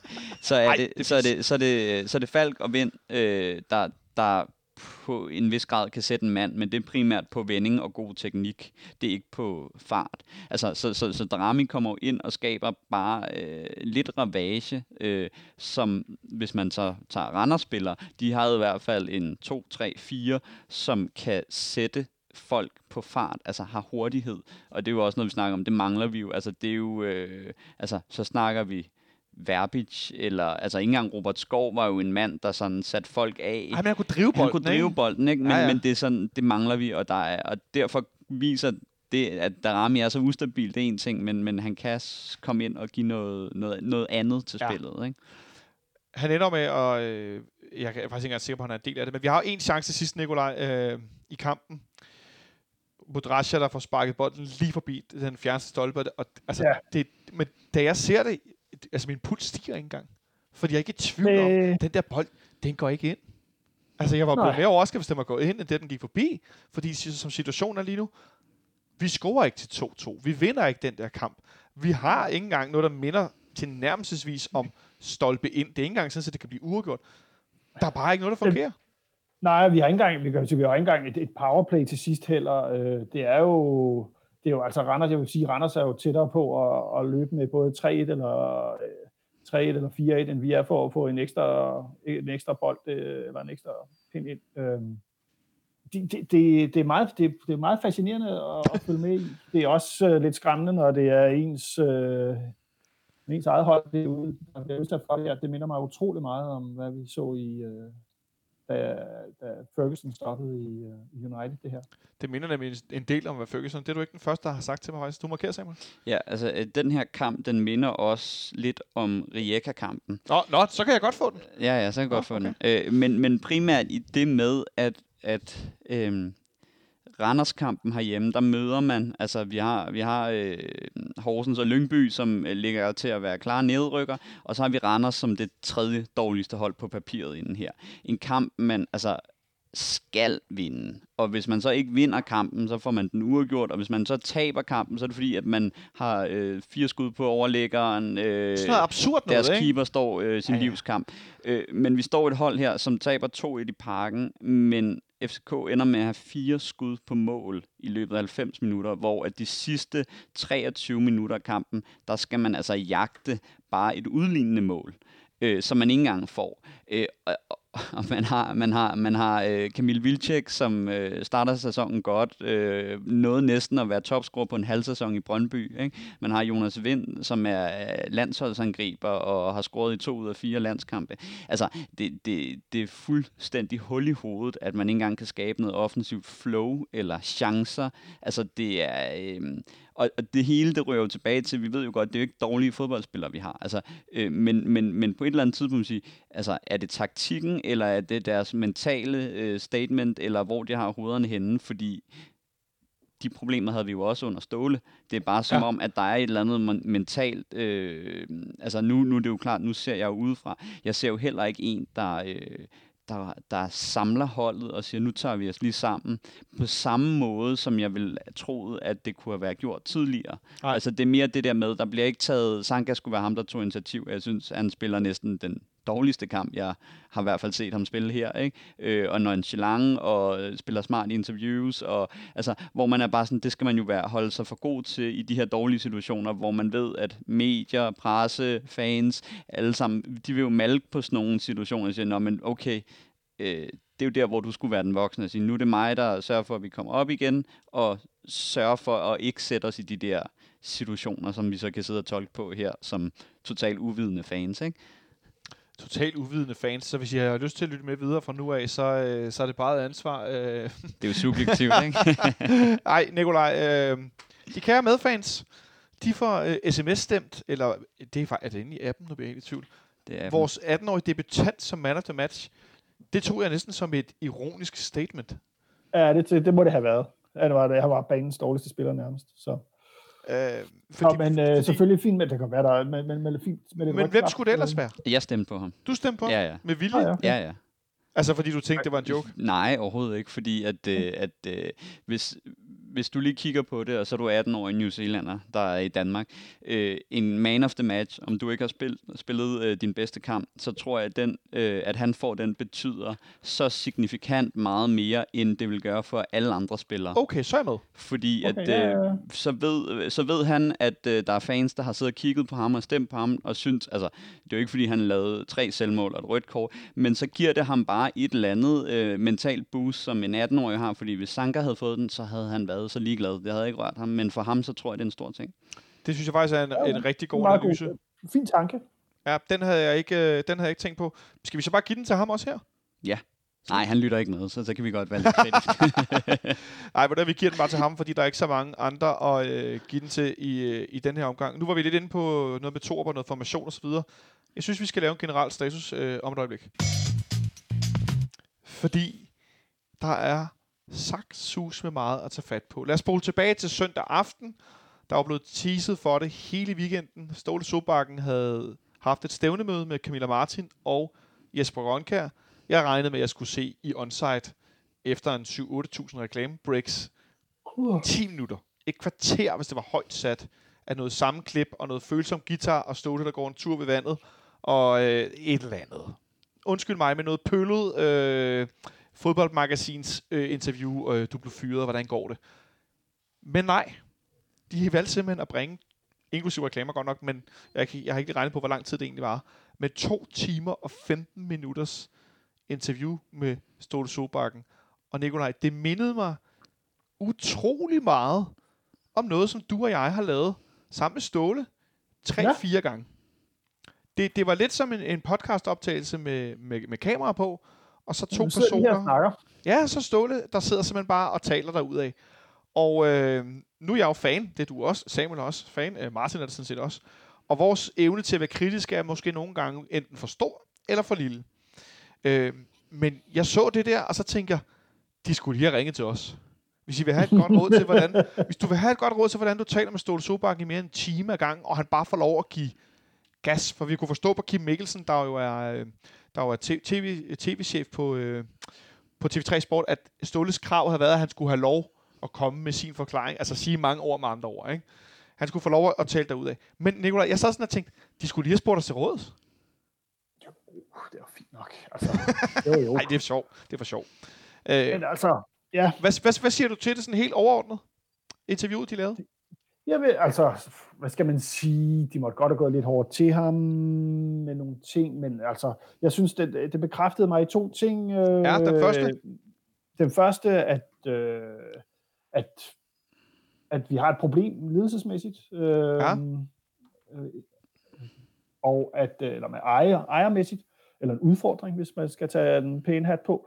så er det Falk og Vind, der på en vis grad kan sætte en mand, men det er primært på vending og god teknik. Det er ikke på fart. Altså, så Darami kommer jo ind og skaber bare lidt ravage, som hvis man så tager Randers-spillere, de har i hvert fald en 2, 3, 4, som kan sætte folk på fart, altså har hurtighed. Og det er jo også noget, vi snakker om. Det mangler vi jo. Altså, det er jo, så snakker vi Verbic, eller altså ikke engang Robert Skov var jo en mand, der sådan satte folk af. Men han kunne drive bolden, ikke? Men det er sådan, det mangler vi, og derfor viser det, at Darami er så ustabil, det er en ting, men han kan komme ind og give noget andet til spillet, ikke? Han ender med, og jeg er faktisk ikke engang sikker på, at han er en del af det, men vi har en chance sidst, Nikolaj, i kampen. Modrasja, der får sparket bolden lige forbi den fjerneste stolpe, og altså, men da jeg ser det, altså min puls stiger ikke engang. Fordi jeg er ikke i tvivl om, den der bold, den går ikke ind. Altså jeg var blevet mere overrasket, hvis den var gået ind, end det, den gik forbi. Fordi som situationen er lige nu, vi scorer ikke til 2-2. Vi vinder ikke den der kamp. Vi har ikke engang noget, der minder til nærmelsesvis om stolpe ind. Det er ikke engang sådan, at det kan blive uafgjort. Der er bare ikke noget, der fungerer. Nej, vi har ikke engang et powerplay til sidst heller. Det er jo altså Randers, jeg vil sige, Randers er jo tættere på at løbe med både 3-1 eller 3-1 eller 4-1, end vi er for at få en ekstra bold eller en ekstra pind ind. Det er meget fascinerende at følge med i. Det er også lidt skræmmende, når det er ens eget hold derude. Det minder mig utrolig meget om, hvad vi så da Ferguson stoppede i United, det her. Det minder nemlig en del om, hvad Ferguson. Det er du ikke den første, der har sagt til mig, faktisk. Du markerer, Samuel. Ja, altså den her kamp, den minder også lidt om Rijeka-kampen. Nå, så kan jeg godt få den. Ja, så kan jeg godt få den. Men primært i det med, at Randers-kampen herhjemme, der møder man, altså vi har Horsens og Lyngby, som ligger til at være klare nedrykker, og så har vi Randers som det tredje dårligste hold på papiret inden her. En kamp, man altså skal vinde. Og hvis man så ikke vinder kampen, så får man den uafgjort, og hvis man så taber kampen, så er det fordi, at man har 4 skud på overlæggeren. Sådan noget absurd noget, deres keeper står sin livskamp. Men vi står et hold her, som taber 2-1 i Parken, men FCK ender med at have 4 skud på mål i løbet af 90 minutter, hvor at de sidste 23 minutter af kampen, der skal man altså jagte bare et udlignende mål, som man ikke engang får. Og man har Kamil Vilcek, som starter sæsonen godt, nåede næsten at være topscorer på en halv sæson i Brøndby. Ikke? Man har Jonas Vind, som er landsholdsangriber og har scoret i 2 ud af 4 landskampe. Altså, det er fuldstændig hul i hovedet, at man ikke engang kan skabe noget offensivt flow eller chancer. Altså, det er... Og det hele, det rører jo tilbage til, vi ved jo godt, det er jo ikke dårlige fodboldspillere, vi har. Altså, men på et eller andet tidspunkt må man sige, altså, er det taktikken, eller er det deres mentale statement, eller hvor de har hovederne henne? Fordi de problemer havde vi jo også under Ståle. Det er bare som om, at der er et eller andet mentalt... altså nu er det jo klart, nu ser jeg jo udefra. Jeg ser jo heller ikke en, der samler holdet og siger, nu tager vi os lige sammen. På samme måde, som jeg ville troet, at det kunne have været gjort tidligere. Nej. Altså det er mere det der med, der bliver ikke taget... Sanka skulle være ham, der tog initiativ. Jeg synes, han spiller næsten den dårligste kamp, jeg har i hvert fald set ham spille her, ikke? Og nonchalant og spiller smart i interviews, og altså, hvor man er bare sådan, det skal man jo holde sig for god til i de her dårlige situationer, hvor man ved, at medier, presse, fans, alle sammen, de vil jo malke på sådan nogle situationer og sige, nå, men okay, det er jo der, hvor du skulle være den voksne og sige, nu er det mig, der sørger for, at vi kommer op igen, og sørger for at ikke sætte os i de der situationer, som vi så kan sidde og tolke på her, som totalt uvidende fans, ikke? Totalt uvidende fans, så hvis I har lyst til at lytte med videre fra nu af, så er det bare et ansvar. Det er jo subjektivt, ikke? Ej, Nikolaj, de kære medfans, de får sms-stemt, eller det er det inde i appen, nu bliver jeg helt i tvivl. Vores 18-årige debutant som man of the match, det tog jeg næsten som et ironisk statement. Ja, det må det have været. Han var banens dårligste spiller nærmest, så... fordi selvfølgelig fint, men det kan være der. Men hvem skulle det ellers være? Jeg stemte på ham. Du stemte på ham? Ja. Med vilje? Okay. Ja. Altså fordi du tænkte, det var en joke? Nej, overhovedet ikke, fordi at hvis du lige kigger på det, og så er du 18 år i New Zealander, der er i Danmark, en man of the match, om du ikke har spillet din bedste kamp, så tror jeg, at han får den betyder så signifikant meget mere, end det vil gøre for alle andre spillere. Okay, så er jeg med. Fordi så ved han, at der er fans, der har siddet og kigget på ham og stemt på ham, og synes, altså, det er jo ikke, fordi han lavede 3 selvmål og et rødt kort, men så giver det ham bare et eller andet mentalt boost, som en 18-årig har, fordi hvis Sanka havde fået den, så havde han været så ligeglad. Det havde ikke rørt ham, men for ham, så tror jeg, det er en stor ting. Det synes jeg faktisk er en rigtig god analyse. Fin tanke. Ja, den havde jeg ikke tænkt på. Skal vi så bare give den til ham også her? Ja. Nej, han lytter ikke med, så kan vi godt være lidt kritisk. Nej, hvordan vi giver den bare til ham, fordi der er ikke så mange andre at give den til i den her omgang. Nu var vi lidt inde på noget med torp og noget formation osv. Jeg synes, vi skal lave en generel status om et øjeblik. Fordi der er sus med meget at tage fat på. Lad os spole tilbage til søndag aften. Der var blevet teaset for det hele weekenden. Ståle Solbakken havde haft et stævnemøde med Camilla Martin og Jesper Grønkjær. Jeg regnede med, at jeg skulle se i onsite efter en 7-8.000 reklamebreaks. 10 minutter. Et kvarter, hvis det var højt sat, af noget sammenklip og noget følsom guitar og Ståle, der går en tur ved vandet og et eller andet. Undskyld mig, med noget pøllet fodboldmagasins interview, du blev fyret, hvordan går det? Men nej, de valgte simpelthen at bringe, inklusive reklamer godt nok, men jeg har ikke lige regnet på, hvor lang tid det egentlig var, med 2 timer og 15 minutters interview med Ståle Solbakken. Og Nikolaj, det mindede mig utrolig meget om noget, som du og jeg har lavet sammen med Ståle 3-4 gange. Det var lidt som en podcastoptagelse med kamera på, og så 2 personer. Ja, så Ståle, der sidder simpelthen bare og taler derudad. Og nu er jeg jo fan, det er du også, Samuel er også fan, Martin er det sådan set også. Og vores evne til at være kritisk er måske nogle gange enten for stor eller for lille. Men jeg så det der, og så tænker jeg, de skulle lige have ringet til os. Hvis I vil have et godt råd til, hvis du vil have et godt råd til, hvordan du taler med Ståle Solbakken i mere end en time ad gang, og han bare får lov at give gas, for vi kunne forstå på Kim Mikkelsen, der jo er tv-chef på TV3 Sport, at Ståles krav havde været, at han skulle have lov at komme med sin forklaring, altså sige mange ord med andre ord, ikke? Han skulle få lov at tale derudad. Men Nikolaj, jeg sad sådan og tænkte, de skulle lige have spurgt os til råd. Det var fint nok. Altså, jo. Nej, det er sjovt. Det er for sjovt. Men altså, ja. Hvad siger du til det sådan helt overordnet? Interviewet, de lavede? Jeg ved, altså, hvad skal man sige? De måtte godt have gået lidt hårdt til ham med nogle ting, men altså, jeg synes, det bekræftede mig i 2 ting. Ja, den første? Den første, at vi har et problem ledelsesmæssigt. Og at, eller med ejermæssigt, eller en udfordring, hvis man skal tage den pæne hat på.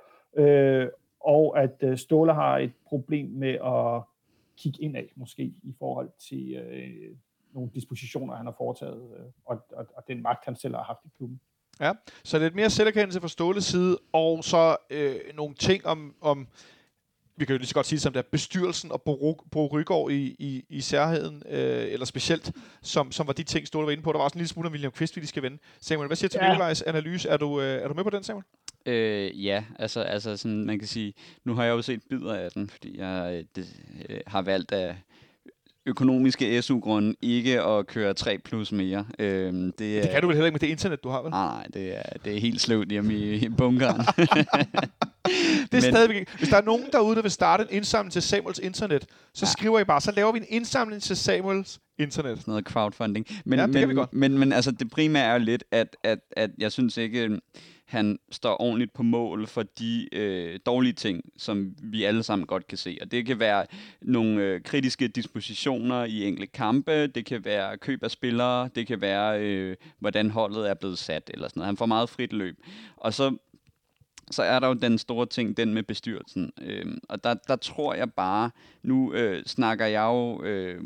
Og at Ståle har et problem med at kigge indad, måske, i forhold til nogle dispositioner, han har foretaget, og den magt, han selv har haft i klubben. Ja, så lidt mere selverkendelse fra Ståles side, og så nogle ting om vi kan jo lige så godt sige som der bestyrelsen og Bo Rygaard i særheden, eller specielt, som var de ting, Ståle var inde på. Der var også en lille smule om William Kvist, vi lige skal vende. Samuel, hvad siger du til Nikolajs analyse? Er du med på den, Samuel? Ja, altså sådan, man kan sige, nu har jeg jo set bidder af den, fordi jeg har valgt af økonomiske SU-grunde ikke at køre 3+ mere. Det kan du vel heller ikke med det internet, du har, vel? Nej, det er helt sløvt hjemme i bunkeren. Det er stadigvæk. Hvis der er nogen derude, der vil starte en indsamling til Samuels internet, så skriver I bare, så laver vi en indsamling til Samuels internet. Sådan noget crowdfunding. Men altså, det primære er jo lidt, at jeg synes ikke, han står ordentligt på mål for de dårlige ting, som vi alle sammen godt kan se. Og det kan være nogle kritiske dispositioner i enkelte kampe, det kan være køb af spillere, det kan være, hvordan holdet er blevet sat, eller sådan noget. Han får meget frit løb. Og så er der jo den store ting, den med bestyrelsen. Og der tror jeg bare, nu snakker jeg jo,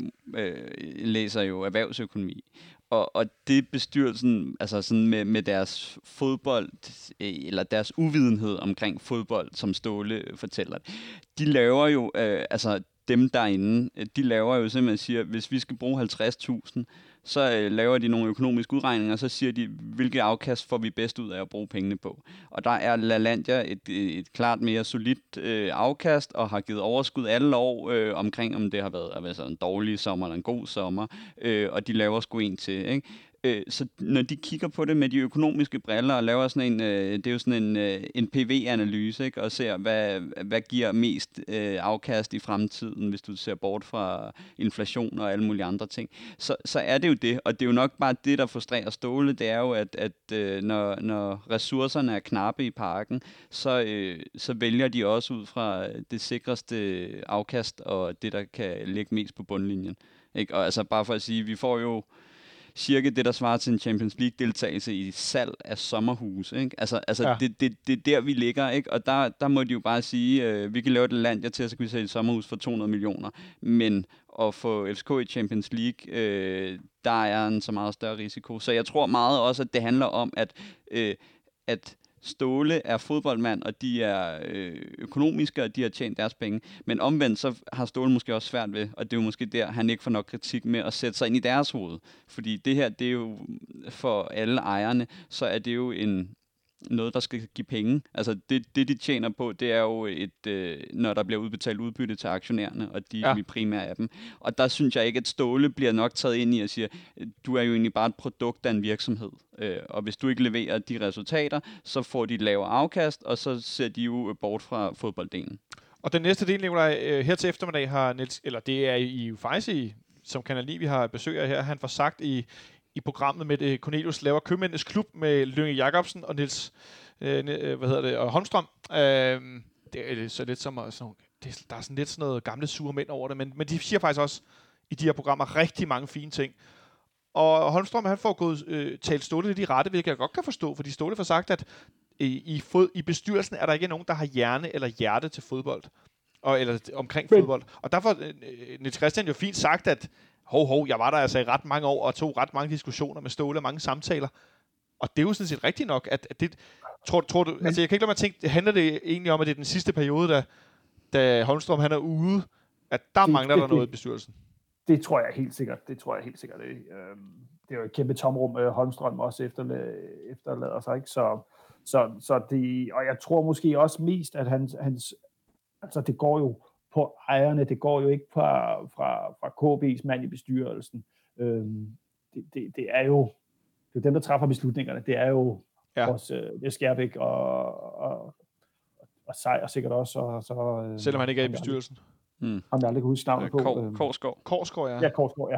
læser jo erhvervsøkonomi, og det bestyrelsen, altså sådan med deres fodbold, eller deres uvidenhed omkring fodbold, som Ståle fortæller, de laver jo, altså dem derinde, de laver jo simpelthen siger, hvis vi skal bruge 50.000, så laver de nogle økonomiske udregninger, og så siger de, hvilket afkast får vi bedst ud af at bruge pengene på. Og der er LaLandia et klart mere solidt afkast, og har givet overskud alle år omkring, om det har været altså en dårlig sommer eller en god sommer, og de laver sgu en til, ikke? Så når de kigger på det med de økonomiske briller og laver sådan en, det er jo sådan en PV-analyse, ikke? Og ser, hvad giver mest afkast i fremtiden, hvis du ser bort fra inflation og alle mulige andre ting, så er det jo det. Og det er jo nok bare det, der frustrerer Ståle, det er jo, at når ressourcerne er knappe i parken, så vælger de også ud fra det sikreste afkast og det, der kan ligge mest på bundlinjen. Ikke? Og altså bare for at sige, vi får jo cirka det, der svarer til en Champions League-deltagelse i salg af sommerhuse. Ikke? Altså ja. Det er der, vi ligger, ikke? Og der må de jo bare sige, vi kan lave et land til, så kan vi sælge et sommerhus for 200 millioner. Men at få FCK i Champions League, der er en så meget større risiko. Så jeg tror meget også, at det handler om, at Ståle er fodboldmand, og de er økonomiske, og de har tjent deres penge. Men omvendt, så har Ståle måske også svært ved, og det er jo måske der, han ikke får nok kritik med at sætte sig ind i deres hoved. Fordi det her, det er jo for alle ejerne, så er det jo noget, der skal give penge. Altså det de tjener på, det er jo når der bliver udbetalt udbytte til aktionærerne, og de vi primært af dem. Og der synes jeg ikke, at Ståle bliver nok taget ind i og siger, du er jo egentlig bare et produkt af en virksomhed. Og hvis du ikke leverer de resultater, så får de et lavere afkast, og så ser de jo bort fra fodbolddelen. Og den næste del, Nikolaj, her til eftermiddag har Niels, eller det er i faktisk som Kanal 9, vi har besøg af her, han får sagt i programmet med Cornelius laver Købmændenes Klub med Lynge Jacobsen og Niels og Holmstrøm. Det er så lidt som der er sådan lidt sådan noget gamle sure mænd over det, men de siger faktisk også i de her programmer rigtig mange fine ting. Og Holmstrøm, han får gået talt Ståle lidt i rette, hvilket jeg godt kan forstå, fordi Ståle får sagt, at i bestyrelsen er der ikke nogen, der har hjerne eller hjerte til fodbold, eller omkring fodbold. Og derfor Niels Christian jo fint sagt, at jeg var der altså i ret mange år, og tog ret mange diskussioner med Ståle og mange samtaler. Og det er jo sådan set rigtigt nok, at det... Tror du... Altså, jeg kan ikke lade mig tænke, handler det egentlig om, at det er den sidste periode, da Holmstrøm han er ude, at der mangler der noget i bestyrelsen? Det tror jeg helt sikkert. Det er jo et kæmpe tomrum, Holmstrøm også efterlader sig, ikke? Så det... Og jeg tror måske også mest, at hans altså, det går jo på ejerne, det går jo ikke fra KB's mand i bestyrelsen. Det er jo dem, der træffer beslutningerne. Det er jo også det er Skærbæk og Sejr sikkert også. Og så, selvom han ikke er i bestyrelsen. Ham jeg aldrig kan huske navnet på. Korsgaard, ja. Ja, Korsgaard, ja.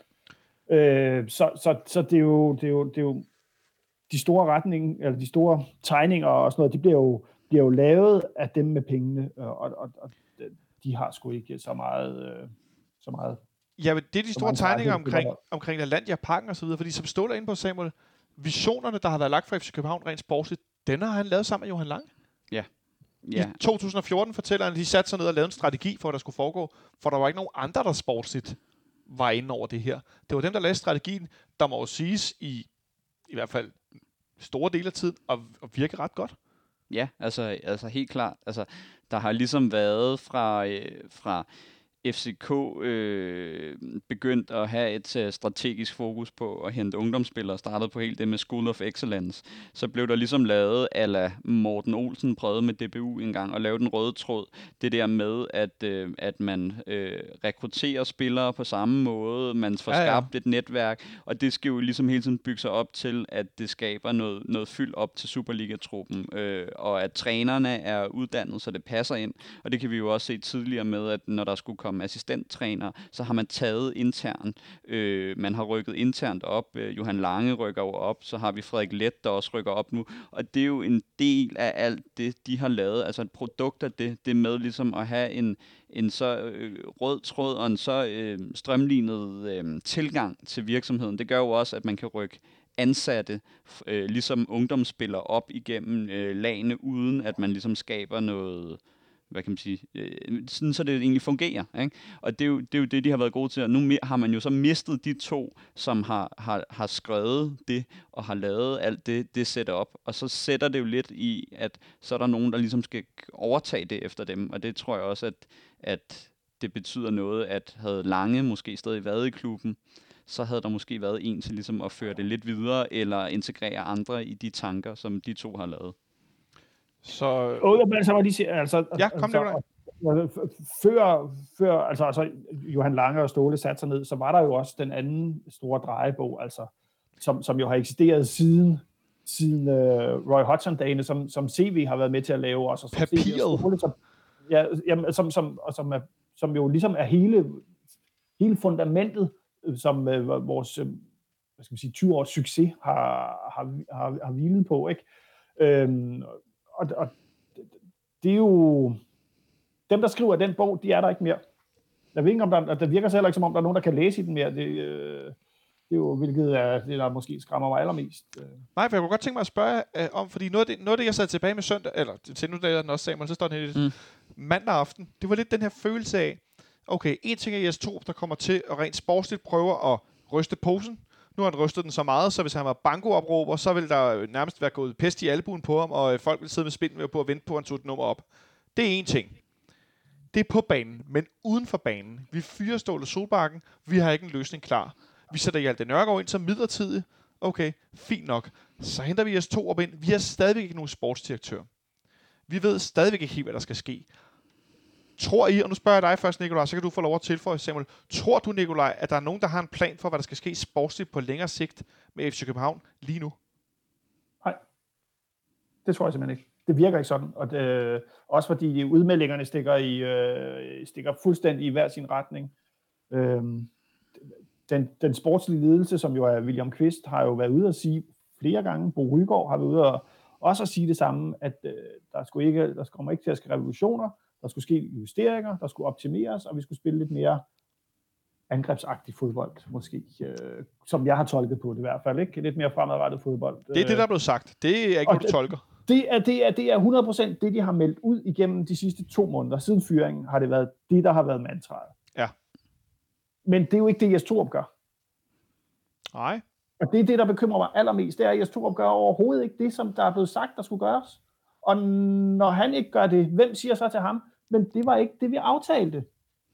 Så det er jo de store retninger, eller de store tegninger og sådan noget, de bliver jo lavet af dem med pengene, og de har sgu ikke så meget. Ja, men det er de store tegninger omkring LaLandia Parken og så videre, fordi som Ståle er inde på, Samuel, visionerne, der har været lagt fra FC København rent sportsligt, den har han lavet sammen med Johan Lang. Ja. I 2014 fortæller han, at de satte sig ned og lavede en strategi for, hvad der skulle foregå, for der var ikke nogen andre, der sportsligt var inde over det her. Det var dem, der lavede strategien, der må jo siges i hvert fald store dele af tiden, og virke ret godt. Ja, altså helt klart. Altså, der har ligesom været fra FCK begyndt at have et strategisk fokus på at hente ungdomsspillere, startede på helt det med School of Excellence. Så blev der ligesom lavet, a la Morten Olsen prøvede med DBU en gang, og lave den røde tråd. Det der med, at man rekrutterer spillere på samme måde, man får skabt et netværk, og det skal jo ligesom hele tiden bygge sig op til, at det skaber noget fyld op til Superliga-truppen, og at trænerne er uddannet, så det passer ind. Og det kan vi jo også se tidligere med, at når der skulle komme assistenttræner, så har man taget internt. Man har rykket internt op. Johan Lange rykker jo op. Så har vi Frederik Let, der også rykker op nu. Og det er jo en del af alt det, de har lavet. Altså et produkt af det med ligesom at have en så rød tråd og en så strømlignet tilgang til virksomheden. Det gør jo også, at man kan rykke ansatte, ligesom ungdomsspillere op igennem lagene, uden at man ligesom skaber noget, hvad kan man sige, sådan så det egentlig fungerer, ikke? Og det er jo det, de har været gode til. Og nu har man jo så mistet de to, som har skrevet det, og har lavet alt det setup. Og så sætter det jo lidt i, at så er der nogen, der ligesom skal overtage det efter dem. Og det tror jeg også, at det betyder noget, at havde Lange måske stadig været i klubben, så havde der måske været en til ligesom at føre det lidt videre, eller integrere andre i de tanker, som de to har lavet. Så kom før altså Johan Lange og Ståle satte sig ned, så var der jo også den anden store drejebog, altså som jo har eksisteret siden Roy Hodgson-dagene, som CV har været med til at lave også, og papiret, som jo ligesom er hele fundamentet, som vores 20 års succes har hvilet på, ikke? Og det er jo dem, der skriver den bog, de er der ikke mere. Jeg ved ikke, om der virker så heller ikke, som om der er nogen, der kan læse i den mere. Det er jo, hvilket er det, der måske skræmmer mig allermest. Nej, for jeg kunne godt tænke mig at spørge om, fordi noget af det, jeg sad tilbage med søndag, eller til nu, der den også Samuel, så står den her mandag aften. Det var lidt den her følelse af, okay, en ting er Jes Torup, der kommer til at rent sportsligt prøve at ryste posen. Nu har han rystet den så meget, så hvis han var banko-opråber, så ville der nærmest være gået pest i albuen på ham, og folk ville sidde med spinden på at vente på, at han tog et nummer op. Det er en ting. Det er på banen, men uden for banen. Vi fyrer Ståle Solbakken, vi har ikke en løsning klar. Vi sætter Hjalte Nørgaard ind som midlertidig, Okay, fint nok. Så henter vi S2 op ind. Vi har stadigvæk ikke nogen sportsdirektør. Vi ved stadigvæk ikke helt, hvad der skal ske. Tror I, og nu spørger jeg dig først, Nikolaj, så kan du få lov at tilføje, Samuel. Tror du, Nikolaj, at der er nogen, der har en plan for, hvad der skal ske sportsligt på længere sigt med FC København lige nu? Nej, det tror jeg simpelthen ikke. Det virker ikke sådan, og det, også fordi udmeldingerne stikker fuldstændig i hver sin retning. Den sportslige ledelse, som jo er William Kvist, har jo været ude at sige flere gange, Bo Rygaard har været ude og også at sige det samme, at der kommer ikke til at ske revolutioner, der skulle ske justeringer, der skulle optimeres, og vi skulle spille lidt mere angrebsagtig fodbold, måske, som jeg har tolket på det i hvert fald, ikke? Lidt mere fremadrettet fodbold. Det er det, der er blevet sagt. Det er ikke, hvad du tolker. Det er 100% det, de har meldt ud igennem de sidste 2 måneder. Siden fyringen har det været det, der har været mantraet. Ja. Men det er jo ikke det, Jes Torup gør. Nej. Og det er det, der bekymrer mig allermest. Det er, at Jes Torup gør overhovedet ikke det, som der er blevet sagt, der skulle gøres. Og når han ikke gør det, hvem siger så til ham? Men det var ikke det, vi aftalte.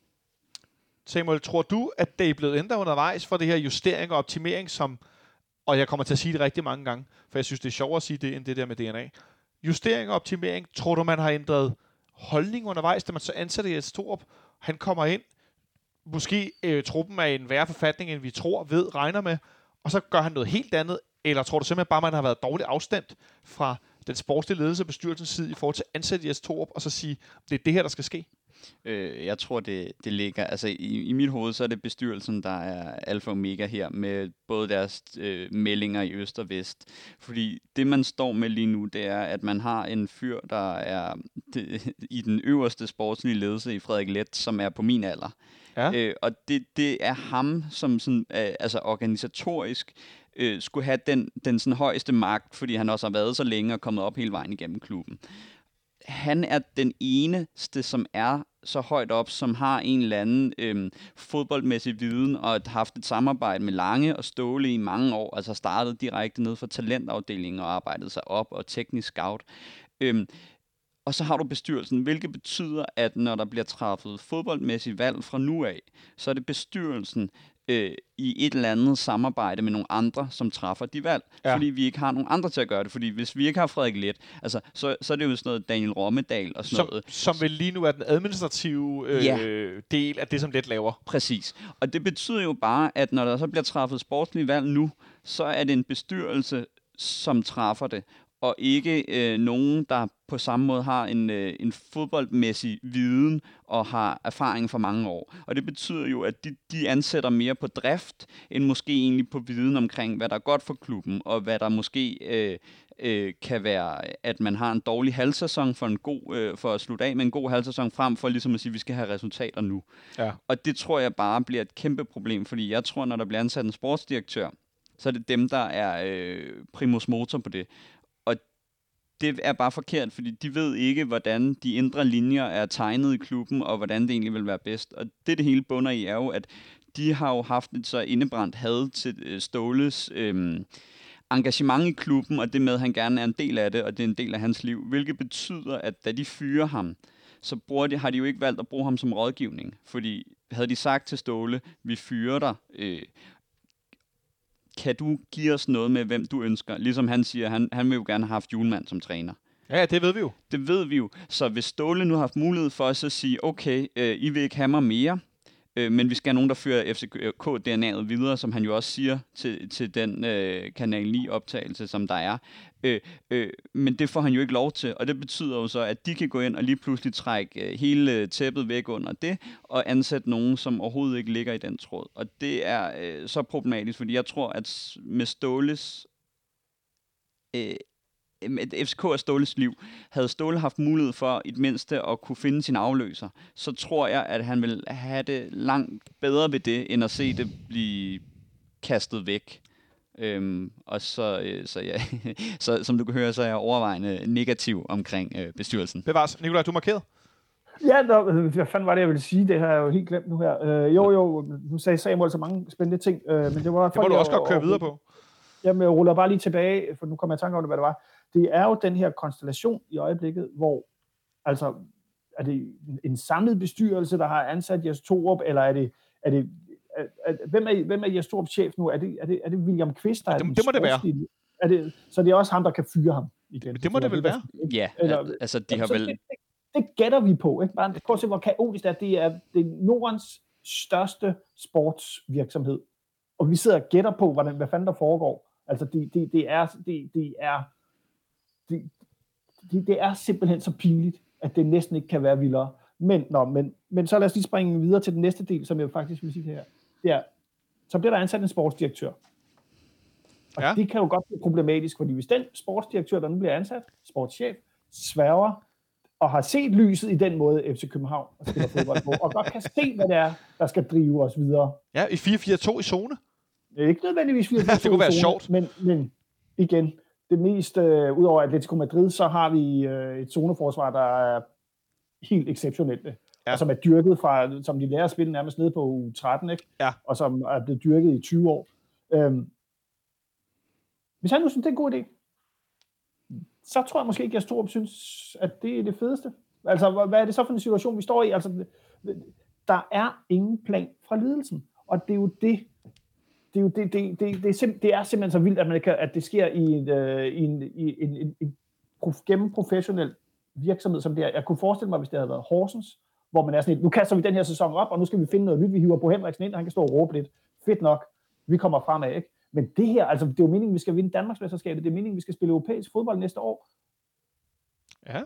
Samuel, tror du, at det er blevet ændret undervejs for det her justering og optimering, som, og jeg kommer til at sige det rigtig mange gange, for jeg synes, det er sjovere at sige det, end det der med DNA. Justering og optimering, tror du, man har ændret holdning undervejs, da man så ansætter Jes Torup? Han kommer ind, måske truppen er i en værre forfatning, end vi tror, regner med, og så gør han noget helt andet, eller tror du simpelthen bare, man har været dårligt afstemt fra den sportslige ledelse og bestyrelsens side i forhold til at ansætte Jes Torup, og så sige, det er det her, der skal ske? Jeg tror, det ligger... Altså, i mit hoved, så er det bestyrelsen, der er alfa og omega her, med både deres meldinger i øst og vest. Fordi det, man står med lige nu, det er, at man har en fyr, der er i den øverste sportslige ledelse i Frederik Leth, som er på min alder. Ja. Og det er ham, som sådan, altså organisatorisk skulle have den sådan højeste magt, fordi han også har været så længe og kommet op hele vejen igennem klubben. Han er den eneste, som er så højt op, som har en eller anden fodboldmæssig viden og har haft et samarbejde med Lange og Ståle i mange år, altså startet direkte ned fra talentafdelingen og arbejdet sig op og teknisk scout. Og så har du bestyrelsen, hvilket betyder, at når der bliver træffet fodboldmæssigt valg fra nu af, så er det bestyrelsen i et eller andet samarbejde med nogle andre, som træffer de valg. Ja. Fordi vi ikke har nogen andre til at gøre det. Fordi hvis vi ikke har Frederik Leth, altså, så er det jo sådan noget Daniel Rommedal og sådan noget. Som vel lige nu er den administrative del af det, som Leth laver. Præcis. Og det betyder jo bare, at når der så bliver træffet sportslige valg nu, så er det en bestyrelse, som træffer det. Og ikke nogen, der på samme måde har en fodboldmæssig viden og har erfaring for mange år. Og det betyder jo, at de ansætter mere på drift, end måske egentlig på viden omkring, hvad der er godt for klubben, og hvad der måske kan være, at man har en dårlig halvsæson for at slutte af med en god halvsæson, frem for ligesom at sige, at vi skal have resultater nu. Ja. Og det tror jeg bare bliver et kæmpe problem, fordi jeg tror, når der bliver ansat en sportsdirektør, så er det dem, der er primus motor på det. Det er bare forkert, fordi de ved ikke, hvordan de indre linjer er tegnet i klubben, og hvordan det egentlig vil være bedst. Og det hele bunder i er jo, at de har jo haft et så indebrændt had til Ståles engagement i klubben, og det med, at han gerne er en del af det, og det er en del af hans liv. Hvilket betyder, at da de fyrer ham, så har de jo ikke valgt at bruge ham som rådgivning. Fordi havde de sagt til Ståle, vi fyrer dig, kan du give os noget med, hvem du ønsker? Ligesom han siger, han vil jo gerne have haft Hjulmand som træner. Ja, det ved vi jo. Det ved vi jo. Så hvis Ståle nu har haft mulighed for os at sige, okay, I vil ikke have mig mere, men vi skal have nogen, der fører FCK-DNA'et videre, som han jo også siger til den Kanal 9-optagelse, som der er. Men det får han jo ikke lov til, og det betyder jo så, at de kan gå ind og lige pludselig trække hele tæppet væk under det, og ansætte nogen, som overhovedet ikke ligger i den tråd. Og det er så problematisk, fordi jeg tror, at med Ståles FCK og Ståles liv, havde Ståle haft mulighed for i det mindste at kunne finde sin afløser, så tror jeg, at han vil have det langt bedre ved det, end at se det blive kastet væk. Og så ja, så som du kan høre, så er jeg overvejende negativ omkring bestyrelsen. Bevares. Nikolaj, du markeret? Ja, hvad fanden var det, jeg ville sige? Det har jeg jo helt glemt nu her. Jo, nu sagde Samuel så mange spændende ting, men det var... Det må du også godt køre videre på. Jamen, jeg ruller bare lige tilbage, for nu kommer jeg i tanke om det, hvad det var. Det er jo den her konstellation i øjeblikket, hvor, altså, er det en samlet bestyrelse, der har ansat Jes Torup, eller er hvem er jeres store chef nu? Er det William Kvist, der er det må det være. Så det er også ham, der kan fyre ham igen? Det må det vel være? Ja, altså de har vel... Det gætter vi på, ikke? Bare prøv at se, hvor kaotisk det er. Det er Nordens største sportsvirksomhed. Og vi sidder og gætter på, hvad fanden der foregår. Altså, det er simpelthen så pinligt, at det næsten ikke kan være vildere. Men så lad os lige springe videre til den næste del, som jeg faktisk vil sige her. Det er, så bliver der ansat en sportsdirektør. Og det kan jo godt blive problematisk, fordi hvis den sportsdirektør, der nu bliver ansat, sportschef, sværger og har set lyset i den måde FC København og spiller fodbold på, og godt kan se, hvad det er, der skal drive os videre. Ja, i 4-4-2 i zone. Det er ikke nødvendigvis 4-4-2 det kunne være zone, sjovt. Men igen, det mest, udover Atletico Madrid, så har vi et zoneforsvar, der er helt exceptionelt. Ja. Og som er dyrket fra, som de lærer at spille nærmest nede på U13, ikke? Ja. Og som er blevet dyrket i 20 år. Hvis han nu synes, det er en god idé, så tror jeg måske ikke, jeg Storup synes, at det er det fedeste. Altså, hvad er det så for en situation, vi står i? Altså, der er ingen plan fra ledelsen. Og det er jo det. Det er simpelthen så vildt, at det sker i en gennemprofessionel virksomhed, som det er. Jeg kunne forestille mig, hvis det havde været Horsens, hvor man er sådan et, nu kaster vi den her sæson op, og nu skal vi finde noget nyt. Vi hiver Bo Henriksen ind, og han kan stå og råbe lidt. Fedt nok. Vi kommer fremad, ikke? Men det her, altså det er jo meningen, vi skal vinde Danmarksmesterskabet. Det er meningen, vi skal spille europæisk fodbold næste år. Ja.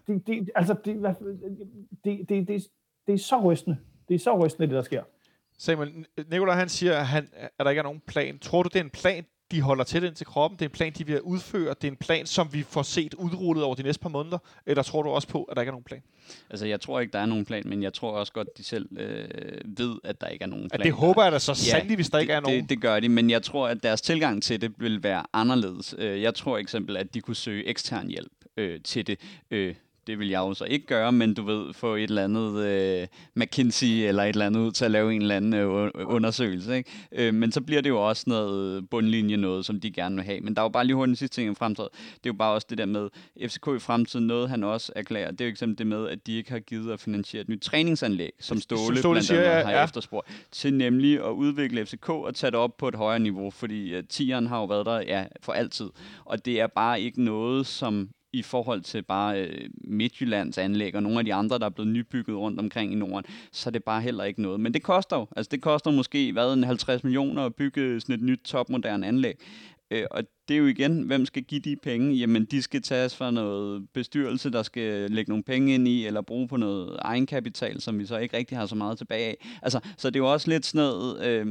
Det er så rystende. Det er så rystende, det der sker. Samuel, Nicolai, han siger, at der ikke er nogen plan. Tror du, det er en plan, de holder til ind til kroppen? Det er en plan, de vil udføre? Det er en plan, som vi får set udrullet over de næste par måneder? Eller tror du også på, at der ikke er nogen plan? Altså, jeg tror ikke, der er nogen plan, men jeg tror også godt, de selv ved, at der ikke er nogen plan. Det håber jeg da så sandelig, hvis der ikke er nogen. Det gør de, men jeg tror, at deres tilgang til det vil være anderledes. Jeg tror eksempel, at de kunne søge ekstern hjælp til det. Det vil jeg jo så ikke gøre, men du ved, få et eller andet McKinsey eller et eller andet ud til at lave en eller anden undersøgelse, ikke? Men så bliver det jo også noget bundlinje noget, som de gerne vil have. Men der er jo bare lige hurtigt den sidste ting i fremtiden. Det er jo bare også det der med FCK i fremtiden, noget han også erklærer. Det er jo eksempel det med, at de ikke har givet at finansiere et nyt træningsanlæg, som Ståle blandt andet har efterspurgt, til nemlig at udvikle FCK og tage det op på et højere niveau, fordi tieren har jo været der for altid. Og det er bare ikke noget, som i forhold til bare Midtjyllands anlæg og nogle af de andre, der er blevet nybygget rundt omkring i Norden, så er det bare heller ikke noget. Men det koster jo. Altså det koster måske 50 millioner at bygge sådan et nyt topmoderne anlæg. Og det er jo igen, hvem skal give de penge? Jamen, de skal tages fra noget bestyrelse, der skal lægge nogle penge ind i, eller bruge på noget egenkapital, som vi så ikke rigtig har så meget tilbage af. Altså, så det er jo også lidt sådan noget,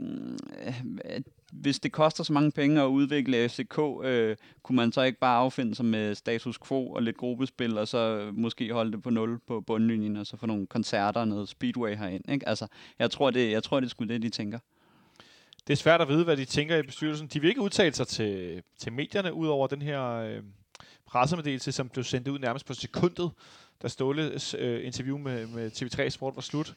hvis det koster så mange penge at udvikle FCK, kunne man så ikke bare affinde sig med status quo og lidt gruppespil, og så måske holde det på 0 på bundlinjen, og så få nogle koncerter og noget speedway herind, ikke? Altså, jeg tror, det er sgu det, de tænker. Det er svært at vide, hvad de tænker i bestyrelsen. De vil ikke udtale sig til medierne, ud over den her pressemeddelelse, som blev sendt ud nærmest på sekundet, da Ståles interview med TV3 Sport var slut.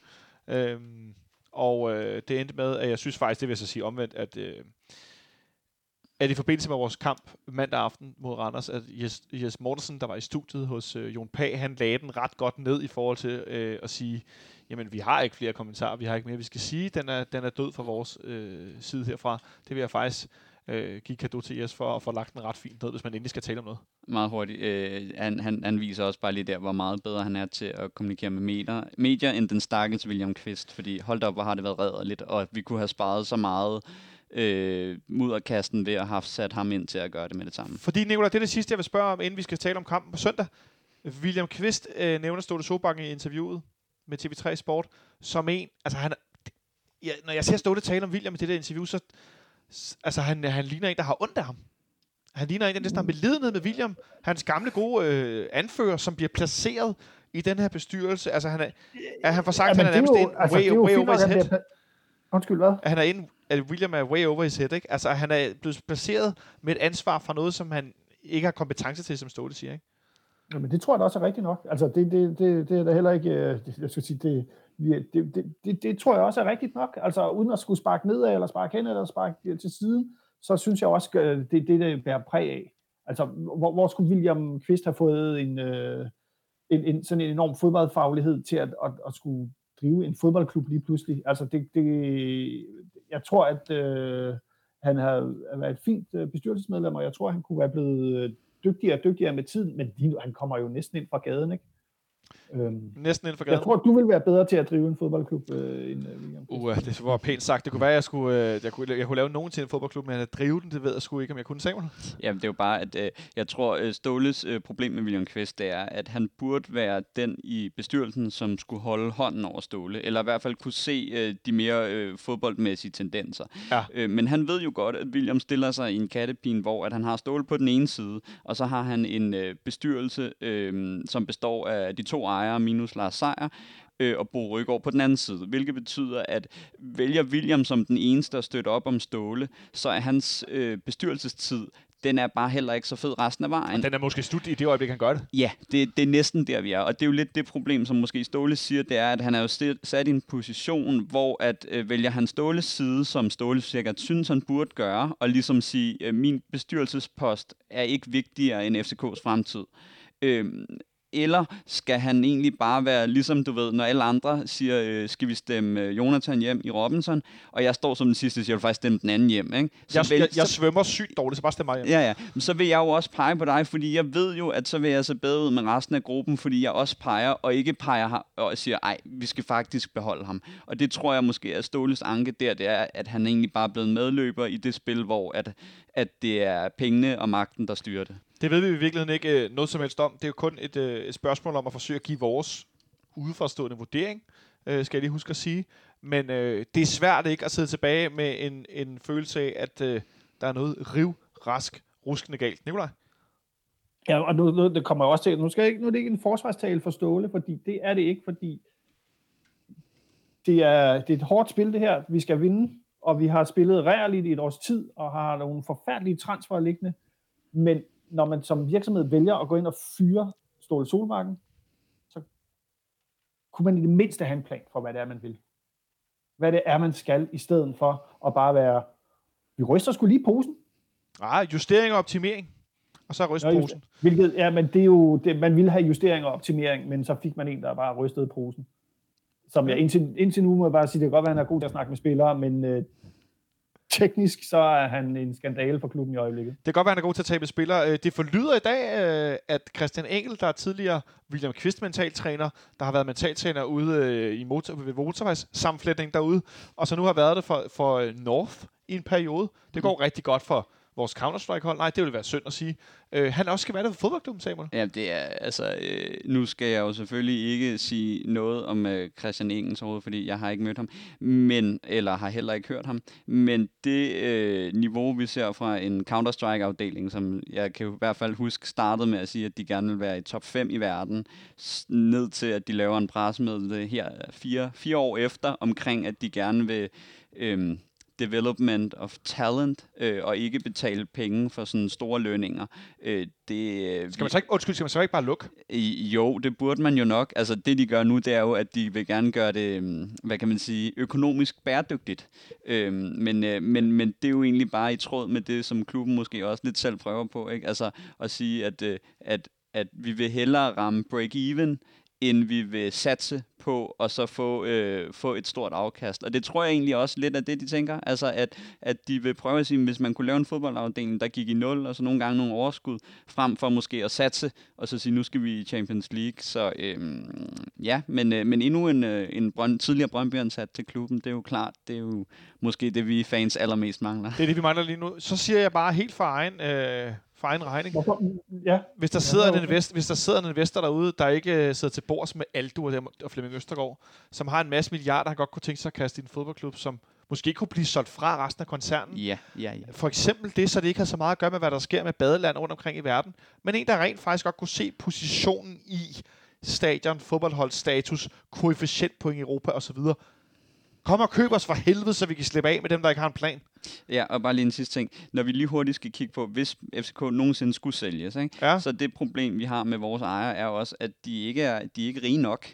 Det endte med, at jeg synes faktisk, det vil jeg så sige omvendt, at i forbindelse med vores kamp mandag aften mod Randers, at Jes Mortensen, der var i studiet hos Jon Pag, han lagde den ret godt ned i forhold til at sige, jamen vi har ikke flere kommentarer, vi har ikke mere, vi skal sige, den er død fra vores side herfra. Det vil jeg faktisk give cadeau til Jes for at få lagt den ret fint ned, hvis man endelig skal tale om noget. Meget hurtigt. Han viser også bare lige der, hvor meget bedre han er til at kommunikere med medier end den stakkels William Kvist, fordi hold op, hvor har det været rædderligt, og vi kunne have sparet så meget mudderkasten ved at have sat ham ind til at gøre det med det samme. Fordi, Nicolai, det er det sidste, jeg vil spørge om, inden vi skal tale om kampen på søndag. William Kvist nævner Ståle Solbakken i interviewet med TV3 Sport som en, altså når jeg ser Ståle tale om William i det der interview, så altså han ligner en, der har ondt af ham. Han ligner en, der næsten har medlidenhed med William, hans gamle gode anfører, som bliver placeret i den her bestyrelse. Altså han får sagt, at han er nærmest way over his head. Undskyld, hvad? At William er way over his head, ikke? Altså han er blevet placeret med et ansvar for noget, som han ikke har kompetence til, som Ståle siger, ikke? Jamen det tror jeg da også er rigtigt nok. Altså det er da heller ikke, jeg skal sige, det tror jeg også er rigtigt nok. Altså uden at skulle sparke nedad, eller sparke hen, eller sparke til siden, så synes jeg også, det bærer præg af. Altså hvor skulle William Kvist have fået en sådan en enorm fodboldfaglighed til at skulle drive en fodboldklub lige pludselig? Altså jeg tror, at han har været et fint bestyrelsesmedlem, og jeg tror, han kunne være blevet dygtigere og dygtigere med tiden, men han kommer jo næsten ind fra gaden, ikke? Næsten inden for gaden. Jeg tror, du vil være bedre til at drive en fodboldklub end William. Det var pænt sagt. Det kunne være, at jeg kunne lave nogen til en fodboldklub, men at drive den, det ved jeg sgu ikke, om jeg kunne, Samuel. Jamen, det er jo bare, at jeg tror, Ståles problem med William Kvist, det er, at han burde være den i bestyrelsen, som skulle holde hånden over Ståle, eller i hvert fald kunne se de mere fodboldmæssige tendenser. Ja. Men han ved jo godt, at William stiller sig i en kattepine, hvor at han har Ståle på den ene side, og så har han en bestyrelse, som består af de 2 ejere minus Lars Seier, og Bo Rygaard på den anden side, hvilket betyder, at vælger William som den eneste at støtte op om Ståle, så er hans bestyrelsestid, den er bare heller ikke så fed resten af vejen. Og den er måske slut i det øjeblik, han gør det. Ja, det er næsten der, vi er. Og det er jo lidt det problem, som måske Ståle siger, det er, at han er jo sat i en position, hvor at vælger han Ståles side, som Ståle sikkert synes, han burde gøre, og ligesom sige, min bestyrelsespost er ikke vigtigere end FCK's fremtid. Eller skal han egentlig bare være, ligesom du ved, når alle andre siger, skal vi stemme Jonathan hjem i Robinson, og jeg står som den sidste, så jeg vil faktisk stemme den anden hjem, ikke? Jeg svømmer sygt dårligt, så bare stemme mig hjem. Ja. Men så vil jeg jo også pege på dig, fordi jeg ved jo, at så vil jeg se bedre ud med resten af gruppen, fordi jeg også peger, og ikke peger og siger, ej, vi skal faktisk beholde ham. Og det tror jeg måske er Ståles anke der, det er, at han egentlig bare er blevet medløber i det spil, hvor at det er pengene og magten, der styrer det. Det ved vi i virkeligheden ikke noget som helst om. Det er jo kun et spørgsmål om at forsøge at give vores udefrastående vurdering, skal jeg lige huske at sige. Men det er svært ikke at sidde tilbage med en følelse af, at der er noget ruskende galt. Nikolaj? Ja, og nu det kommer også til, nu er det ikke en forsvarstale for Ståle, fordi det er det ikke, fordi det er et hårdt spil, det her. Vi skal vinde, og vi har spillet rærligt i et års tid, og har nogle forfærdelige transfer liggende. Men når man som virksomhed vælger at gå ind og fyre Ståle Solbakken, så kunne man i det mindste have en plan for, hvad det er, man vil. Hvad det er, man skal, i stedet for at bare være, vi ryster sgu lige posen. Justering og optimering. Og så ryster posen. Hvilket, ja, men det er jo, man ville have justering og optimering, men så fik man en, der bare rystede posen. Som jeg indtil nu må jeg bare sige, det kan godt være, at han er god til at snakke med spillere, men teknisk så er han en skandale for klubben i øjeblikket. Det kan godt være, han er god til at tabe spillere. Det forlyder i dag, at Christian Engel, der er tidligere William Kvist mentaltræner, der har været mentaltræner ude ved motorvejssammenflætning derude, og så nu har været det for North i en periode. Det går rigtig godt for vores Counter-Strike-hold. Nej, det ville være synd at sige. Han også skal være der for fodboldklubben, Samuel. Ja, det er altså... nu skal jeg jo selvfølgelig ikke sige noget om Christian Engels overhovedet, fordi jeg har ikke mødt ham, eller har heller ikke hørt ham. Men det niveau, vi ser fra en Counter-Strike-afdeling, som jeg kan i hvert fald huske startede med at sige, at de gerne vil være i top 5 i verden, ned til, at de laver en pressemøde her 4 år efter, omkring at de gerne vil... development of talent, og ikke betale penge for sådan store lønninger. Skal man så ikke bare lukke? Jo, det burde man jo nok. Altså det, de gør nu, det er jo, at de vil gerne gøre det, hvad kan man sige, økonomisk bæredygtigt. Men det er jo egentlig bare i tråd med det, som klubben måske også lidt selv prøver på, ikke? Altså at sige, at vi vil hellere ramme break-even, end vi vil satse på, og så få et stort afkast. Og det tror jeg egentlig også lidt af det, de tænker. Altså, at de vil prøve at sige, hvis man kunne lave en fodboldafdeling, der gik i 0, og så nogle gange nogle overskud, frem for måske at satse, og så sige, nu skal vi i Champions League. Så men endnu en tidligere Brøndby-ansat til klubben, det er jo klart, det er jo måske det, vi fans allermest mangler. Det er det, vi mangler lige nu. Så siger jeg bare helt for egen regning. Ja. Hvis der sidder en investor derude, der ikke sidder til bords med Aldo og Flemming Østergaard, som har en masse milliarder, han godt kunne tænke sig at kaste i en fodboldklub, som måske kunne blive solgt fra resten af koncernen. Ja. For eksempel det, så det ikke har så meget at gøre med, hvad der sker med badeland rundt omkring i verden, men en, der rent faktisk godt kunne se positionen i stadion, fodboldhold, status, koefficientpoint i Europa osv. Kom og køb os for helvede, så vi kan slippe af med dem, der ikke har en plan. Ja, og bare lige en sidste ting. Når vi lige hurtigt skal kigge på, hvis FCK nogensinde skulle sælges, ikke? Ja. Så det problem, vi har med vores ejere, er også, at de ikke er rige nok.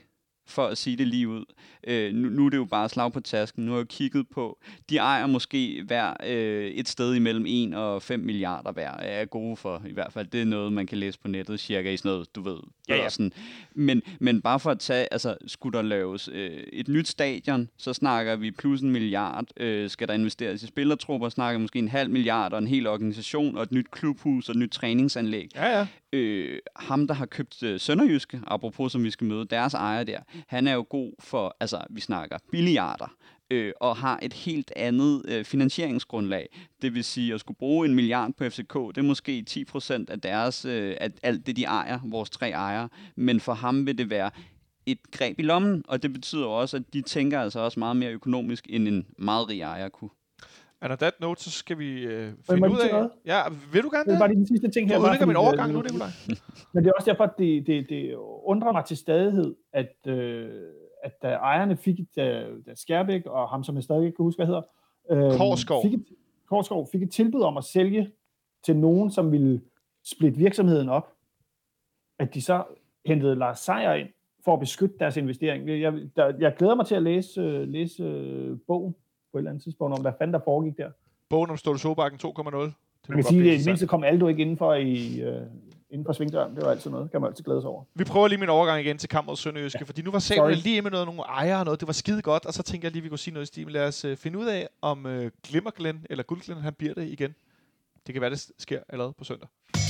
for at sige det lige ud. Nu er det jo bare slag på tasken. Nu har jeg kigget på, de ejer måske hver et sted imellem 1 og 5 milliarder hver. Er gode for, i hvert fald. Det er noget, man kan læse på nettet, cirka i sådan noget, du ved. Ja. Sådan. Men bare for at tage, altså, skulle der laves et nyt stadion, så snakker vi plus 1 milliard. Skal der investeres i spillertrupper, snakker måske 0,5 milliard, og en hel organisation, og et nyt klubhus, og et nyt træningsanlæg. Ja. Ham, der har købt Sønderjyske, apropos som vi skal møde, deres ejer der, han er jo god for, altså vi snakker billiarder, og har et helt andet finansieringsgrundlag. Det vil sige, at skulle bruge 1 milliard på FCK, det er måske 10% af deres, af alt det, de ejer, vores 3 ejere, men for ham vil det være et greb i lommen, og det betyder også, at de tænker altså også meget mere økonomisk, end en meget rig ejer kunne. And on that note, så skal vi finde ud af... Ja, vil du gerne det? Det er bare den sidste ting her. Du udlægger min overgang nu, Nikolaj. Men det er også derfor, at det undrer mig til stadighed, at da ejerne fik Skærbæk, og ham, som jeg stadig ikke kan huske, hvad hedder, Korsgaard fik et tilbud om at sælge til nogen, som ville splitte virksomheden op, at de så hentede Lars Seier ind for at beskytte deres investering. Jeg glæder mig til at læse bogen på et eller andet tidspunkt om, hvad fanden der foregik der. Bogen om Ståle Solbakken 2.0. Man kan sige, at i mindste kom Aldo ikke inden for svingdøren. Det var altid noget. Kan man altid glæde sig over. Vi prøver lige min overgang igen til kamp mod Sønderjyske, fordi nu var Samuel lige med nogle ejere og noget. Det var skide godt, og så tænker jeg lige, vi kunne sige noget i stil. Lad os finde ud af, om Glimmerglen eller Guldglen, han bliver det igen. Det kan være, det sker allerede på søndag.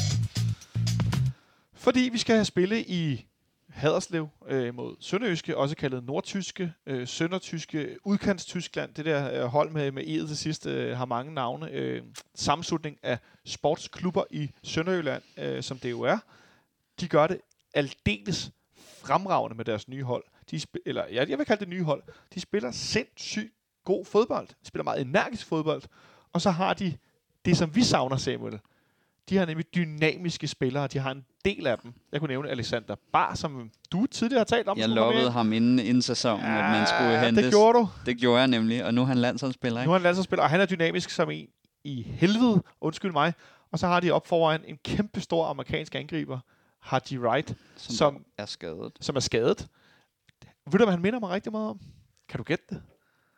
Fordi vi skal have spille i Haderslev mod Sønderjyske, også kaldet nordtyske, søndertyske, udkantstyskland. Det der hold med E'et til sidst har mange navne. Sammenslutning af sportsklubber i Sønderjylland, som det jo er. De gør det aldeles fremragende med deres nye hold. Jeg vil kalde det nye hold. De spiller sindssygt god fodbold. De spiller meget energisk fodbold. Og så har de det, som vi savner, Samuel. De har nemlig dynamiske spillere, de har en del af dem. Jeg kunne nævne Alexander Bar, som du tidligere har talt om. Jeg lovede ham inden sæsonen, at man skulle hentes. Det gjorde du. Det gjorde jeg nemlig, og nu er han landsholdsspiller, ikke? Nu er han landsholdsspiller, og han er dynamisk som en i helvede, undskyld mig. Og så har de op foran en kæmpe stor amerikansk angriber, Haji Wright, som er skadet. Som er skadet. Ved du, hvad han minder mig rigtig meget om? Kan du gætte det?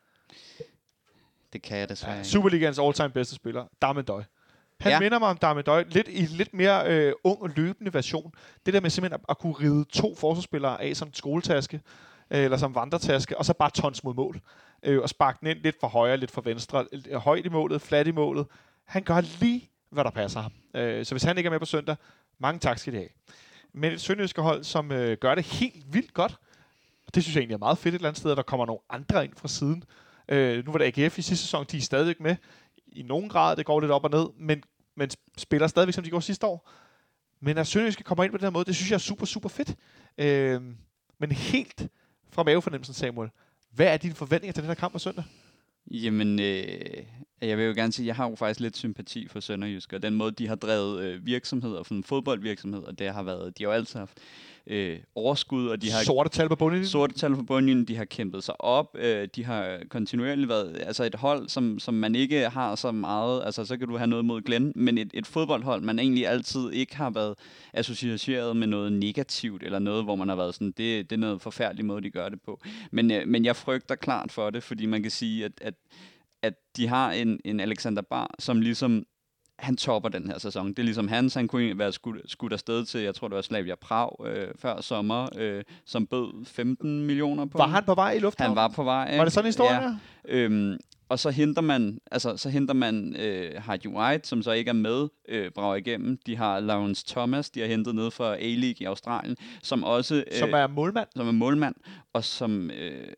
Det kan jeg desværre ikke. Superligaens all-time bedste spiller, Damendøj. Han minder mig om Damendøj, lidt mere ung og løbende version. Det der med simpelthen at kunne ride 2 forsvarsspillere af som skoletaske, eller som vandretaske, og så bare tons mod mål. Og sparke den ind lidt for højre, lidt for venstre, højt i målet, flat i målet. Han gør lige, hvad der passer ham. Så hvis han ikke er med på søndag, mange tak skal de have. Men et sønderjyske hold, som gør det helt vildt godt, og det synes jeg egentlig er meget fedt et eller andet sted, at der kommer nogle andre ind fra siden. Nu var det AGF i sidste sæson, de er stadigvæk med. I nogen grad, det går lidt op og ned, men spiller stadigvæk, som de gjorde sidste år. Men at Sønderjyske kommer ind på den her måde, det synes jeg er super, super fedt. Men helt fra mavefornemmelsen, Samuel, hvad er dine forventninger til den her kamp på søndag? Jamen, jeg vil jo gerne sige, at jeg har jo faktisk lidt sympati for Sønderjyske, og den måde, de har drevet virksomheder, for en fodboldvirksomhed, de har jo altid haft overskud, og de har sorte tal på bundlinjen, de har kæmpet sig op, de har kontinuerligt været altså et hold, som man ikke har så meget, altså så kan du have noget mod Glenn, men et fodboldhold, man egentlig altid ikke har været associeret med noget negativt, eller noget, hvor man har været sådan, det er noget forfærdeligt måde, de gør det på. Men jeg frygter klart for det, fordi man kan sige, at de har en Alexander Bar, som ligesom han topper den her sæson. Det er ligesom han kunne være skudt afsted til, jeg tror det var Slavia Prag før sommer, som bød 15 millioner på. Var han på vej i lufthavnen? Han var på vej. Ikke? Var det sådan en historie? Ja. Og så henter man Haji Wright, som så ikke er med, brager igennem. De har Lawrence Thomas, de har hentet ned fra A-League i Australien, som også som er målmand. Som er målmand, og som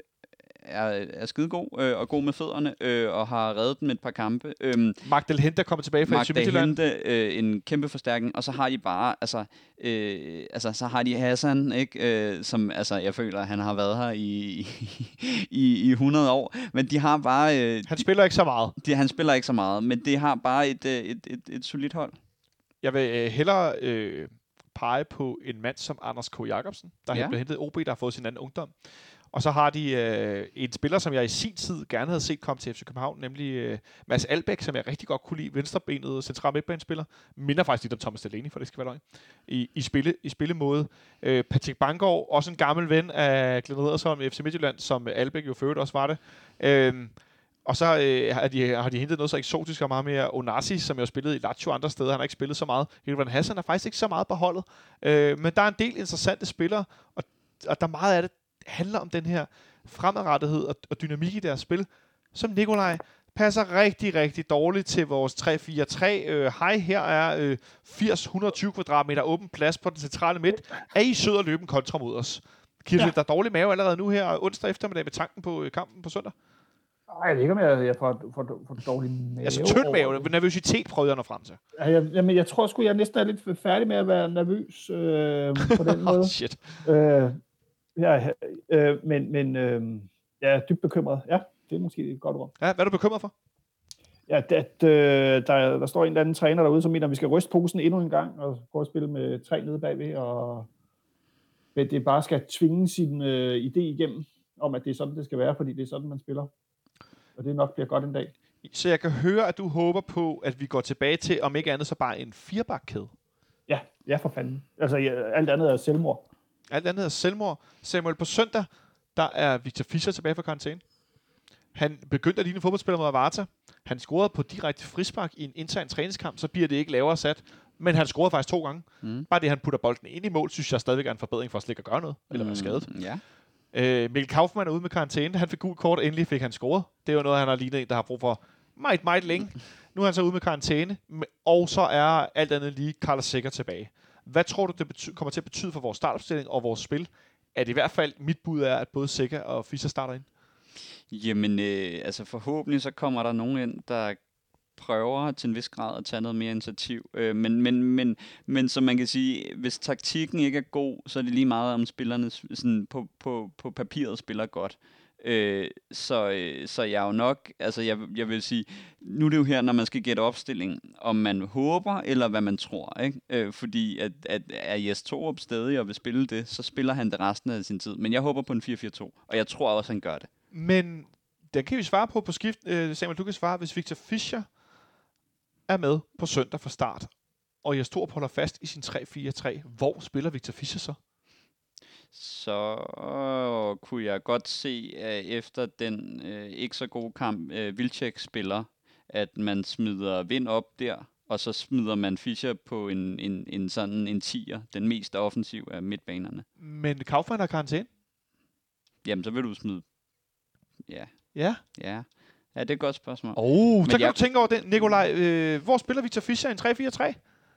er skidegod og god med fødderne og har reddet dem et par kampe. Magdal Hente kommer tilbage fra FC Midtjylland. En kæmpe forstærkning, og så har de bare så har de Hassan, ikke, som jeg føler han har været her i 100 år, men de har bare han spiller ikke så meget. Han spiller ikke så meget, men det har bare et solidt hold. Jeg vil hellere pege på en mand som Anders K. Jacobsen, der er blevet hentet OB, der har fået sin anden ungdom. Og så har de en spiller, som jeg i sin tid gerne havde set komme til FC København, nemlig Mads Albeck, som jeg rigtig godt kunne lide, venstrebenet central midtbanespiller. Minder faktisk lidt om Thomas Delaney, for det skal være løgn. I spillemåde. Patrick Banggaard, også en gammel ven af Glenn Riddersholm i FC Midtjylland, som Albeck jo for øvrigt også var det. Og så har de hentet noget så eksotisk og meget mere Onasi, som jo spillede i Lazio andre steder. Han har ikke spillet så meget. Hilvan Hassan er faktisk ikke så meget på holdet. Men der er en del interessante spillere, og der meget af det handler om den her fremadrettighed og dynamik i deres spil, som Nikolaj passer rigtig, rigtig dårligt til vores 3-4-3. Her er 80-120 kvadratmeter åben plads på den centrale midt. Er I sød at løbe en kontra mod os? Kirsten, der er dårlig mave allerede nu her onsdag eftermiddag med tanken på kampen på søndag? Nej, jeg ved ikke, om jeg får dårlig mave. Altså tynd mave, nervøsitet prøvede jeg at nå frem til. Jamen, jeg tror sgu, jeg næsten er lidt færdig med at være nervøs på den måde. Shit. Men jeg er dybt bekymret. Ja, det er måske et godt ord. Ja, hvad er du bekymret for? Ja, der står en eller anden træner derude, som mener, at vi skal ryste posen endnu en gang og prøve at spille med 3 nede bagved, og det bare skal tvinge sin idé igennem, om at det er sådan, det skal være, fordi det er sådan, man spiller. Og det nok bliver godt en dag. Så jeg kan høre, at du håber på, at vi går tilbage til, om ikke andet, så bare en 4-bakkæde. Ja, for fanden. Altså, alt andet er selvmord. Alt andet er selvmord. Samuel, på søndag, der er Victor Fischer tilbage fra karantæne. Han begyndte at ligne fodboldspiller mod Avarta. Han scorede på direkte frispark i en intern træningskamp, så bliver det ikke lavere sat. Men han scorede faktisk 2 gange. Bare det, han putter bolden ind i mål, synes jeg stadigvæk er en forbedring for at slet ikke at gøre noget. Eller være skadet. Ja. Mikkel Kaufmann er ude med karantæne. Han fik gult kort, endelig fik han scoret. Det er jo noget, han har lignet en, der har brug for meget, meget længe. Nu er han så ude med karantæne. Og så er alt andet lige Carlos Seca tilbage. Hvad tror du, det kommer til at betyde for vores startopstilling og vores spil? At i hvert fald mit bud er, at både Seca og Fischer starter ind. Jamen, altså forhåbentlig så kommer der nogen ind, der prøver til en vis grad at tage noget mere initiativ. Men som man kan sige, hvis taktikken ikke er god, så er det lige meget om spillerne sådan på papiret spiller godt. Så jeg er jo nok, altså jeg vil sige, nu er det jo her, når man skal gætte opstilling, om man håber, eller hvad man tror, ikke? Fordi at er Jes Torup stadig og vil spille det, så spiller han det resten af sin tid. Men jeg håber på en 4-4-2, og jeg tror også, han gør det. Men der kan vi svare på skift. Samuel, du kan svare, hvis Victor Fischer er med på søndag fra start, og Jes Torup holder fast i sin 3-4-3, hvor spiller Victor Fischer så? Så kunne jeg godt se, at efter den ikke så gode kamp, Wilczek spiller, at man smider Vind op der, og så smider man Fischer på en sådan en 10'er, den mest offensiv af midtbanerne. Men Kaufmann har karantæne? Jamen, så vil du smide... Ja. Ja? Ja, det er et godt spørgsmål. Så kan du tænke over det, Nikolaj. Hvor spiller Victor Fischer en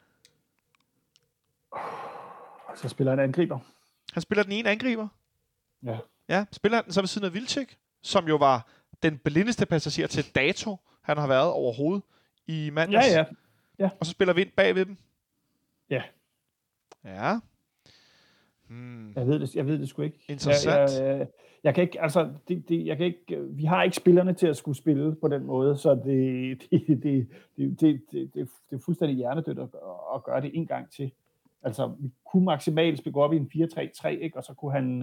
3-4-3? Så spiller han angriber. Han spiller den ene angriber. Ja. Ja, spiller han den så ved siden af Wilczek, som jo var den blindeste passager til dato, han har været overhovedet i mandags. Ja. Og så spiller Vind bag ved dem. Ja. Ja. Jeg ved det sgu ikke. Interessant. Jeg kan ikke, altså, jeg kan ikke, vi har ikke spillerne til at skulle spille på den måde, så det er fuldstændig hjernedødt at gøre det en gang til. Altså, vi kunne maksimalt gå op i en 4-3-3, ikke? Og så kunne han...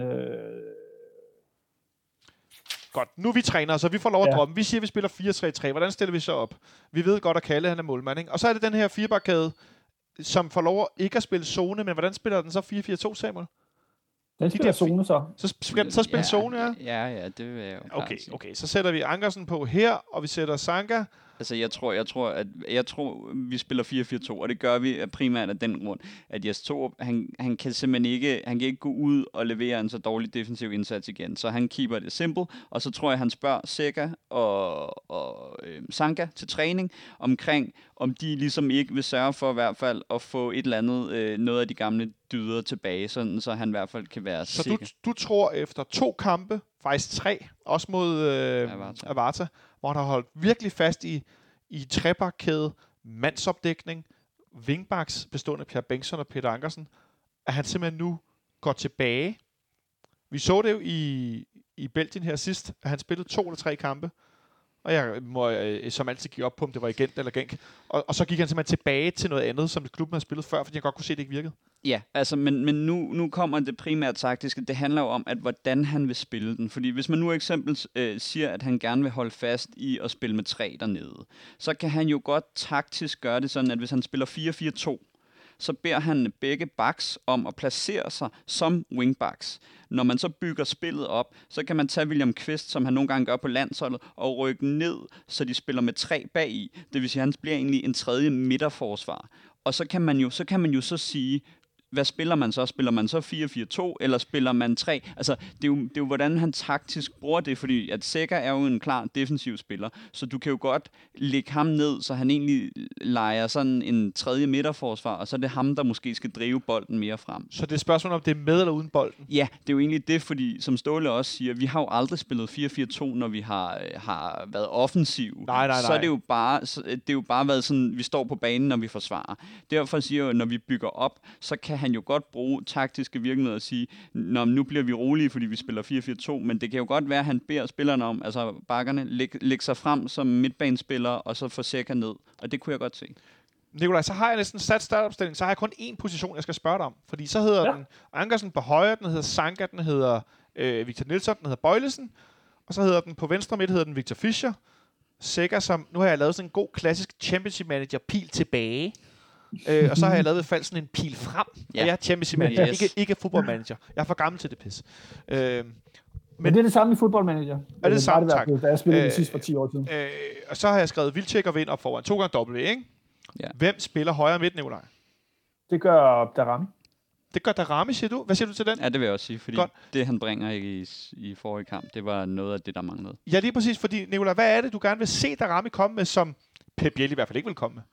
Godt, nu er vi træner, så vi får lov at droppe. Vi siger, at vi spiller 4-3-3. Hvordan stiller vi så op? Vi ved godt, at Kalle han er målmand, ikke? Og så er det den her 4-bakkæde, som får lov at ikke at spille zone, men hvordan spiller den så 4-4-2, Samuel? Den spiller zone så. Så spiller zone, ja? Ja, det vil jeg jo Okay, så sætter vi Ankersen på her, og vi sætter Sanka. Altså, jeg tror, vi spiller 4-4-2, og det gør vi primært af den grund, at Jes Torup, han kan simpelthen ikke gå ud og levere en så dårlig defensiv indsats igen. Så han keeper det simple, og så tror jeg, han spørger Seca og Sanka til træning omkring, om de ligesom ikke vil sørge for i hvert fald at få et eller andet, noget af de gamle dyder tilbage, sådan, så han i hvert fald kan være sikker. Så du tror efter 2 kampe, faktisk 3, også mod Avarta, hvor han har holdt virkelig fast i trebakkæde, mandsopdækning, wingbacks bestående af Pierre Bengtsson og Peter Ankersen, at han simpelthen nu går tilbage. Vi så det jo i Belgien her sidst, at han spillede 2 eller 3 kampe, og jeg må som altid give op på, om det var Gent eller Genk. Og så gik han simpelthen tilbage til noget andet, som klubben havde spillet før, fordi jeg godt kunne se, at det ikke virkede. Ja, altså, men nu kommer det primært taktiske. Det handler jo om, at hvordan han vil spille den. Fordi hvis man nu eksempelvis siger, at han gerne vil holde fast i at spille med 3 dernede, så kan han jo godt taktisk gøre det sådan, at hvis han spiller 4-4-2, så beder han begge backs om at placere sig som wingbacks. Når man så bygger spillet op, så kan man tage William Kvist, som han nogle gange gør på landsholdet, og rykke ned, så de spiller med 3 bagi. Det vil sige, at han bliver egentlig en tredje midterforsvar. Og så kan man jo så sige, hvad spiller man så? Spiller man så 4-4-2, eller spiller man 3? Altså, det er jo hvordan han taktisk bruger det, fordi at Zeca er jo en klar defensiv spiller, så du kan jo godt lægge ham ned, så han egentlig leger sådan en tredje midterforsvar, og så er det ham, der måske skal drive bolden mere frem. Så det er spørgsmålet om det er med eller uden bolden? Ja, det er jo egentlig det, fordi som Ståle også siger, vi har jo aldrig spillet 4-4-2, når vi har været offensive. Nej. Så er det jo bare været sådan, vi står på banen, når vi forsvarer. Derfor siger jeg, når vi bygger op, så kan han jo godt bruge taktiske virkemidler og sige, nu bliver vi rolige, fordi vi spiller 4-4-2, men det kan jo godt være, at han beder spillerne om, altså bakkerne, lægge sig frem som midtbanespiller, og så få Zeca ned. Og det kunne jeg godt se. Nikolaj, så har jeg næsten sat startopstilling, så har jeg kun én position, jeg skal spørge dig om. Fordi så hedder den Ankersen på højre, den hedder Sanka, den hedder Victor Nilsson, den hedder Bøjlesen, og så hedder den på venstre midt, hedder den Victor Fischer. Zeca, som nu har jeg lavet sådan en god klassisk championship manager pil tilbage. Og så har jeg lavet i hvert fald sådan en pil frem. Ja. Og jeg er championship manager, ikke fodboldmanager. Jeg er for gammel til det pis. Men det er det samme i fodboldmanager. Er det samme, tak. Da jeg spillede det sidst for 10 år siden. Og så har jeg skrevet Vildtjek og vind op foran 2 gange W, ikke? Ja. Hvem spiller højre midt, Nikolaj? Det gør Darami. Det gør Darami, siger du? Hvad siger du til den? Ja, det vil jeg også sige, fordi godt. Det, han bringer i forrige kamp, det var noget af det, der manglede. Ja, lige præcis, fordi Nikolaj, hvad er det, du gerne vil se Darami komme med, som Pep Biel i hvert fald ikke vil komme med?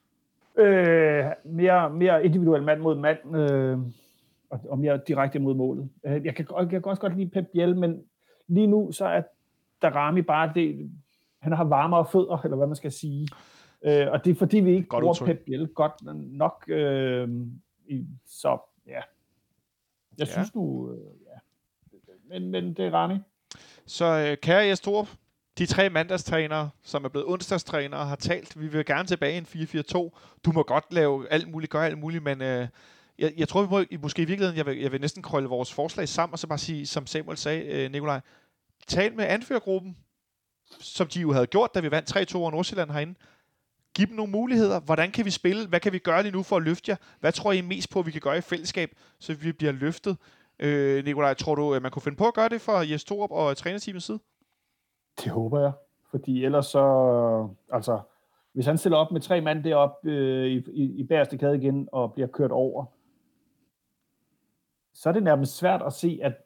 Mere individuel mand mod mand, og mere direkte mod målet. Jeg kan også godt lide Pep Biel, men lige nu så er Darami bare det, han har varmere fødder, eller hvad man skal sige. Og det er fordi, vi ikke bruger Pep Biel godt nok. Så ja, jeg synes nu, men det er Rami. Så kære Jes Torup, de 3 mandagstrænere, som er blevet onsdagstrænere, har talt, vi vil gerne tilbage i en 4-4-2. Du må godt lave alt muligt, gøre alt muligt, men jeg tror, vi måske i virkeligheden, jeg vil næsten krølle vores forslag sammen, og så bare sige, som Samuel sagde, Nikolaj, tal med anførergruppen, som de jo havde gjort, da vi vandt 3-2 over Nordsjælland herinde. Giv dem nogle muligheder. Hvordan kan vi spille? Hvad kan vi gøre lige nu for at løfte jer? Hvad tror I mest på, vi kan gøre i fællesskab, så vi bliver løftet? Nikolaj, tror du, man kunne finde på at gøre det fra Jes Torup og trænerteamets side? Det håber jeg. Fordi ellers så... Altså, hvis han stiller op med 3 mand deroppe i bagerste kæde igen og bliver kørt over, så er det nærmest svært at se, at...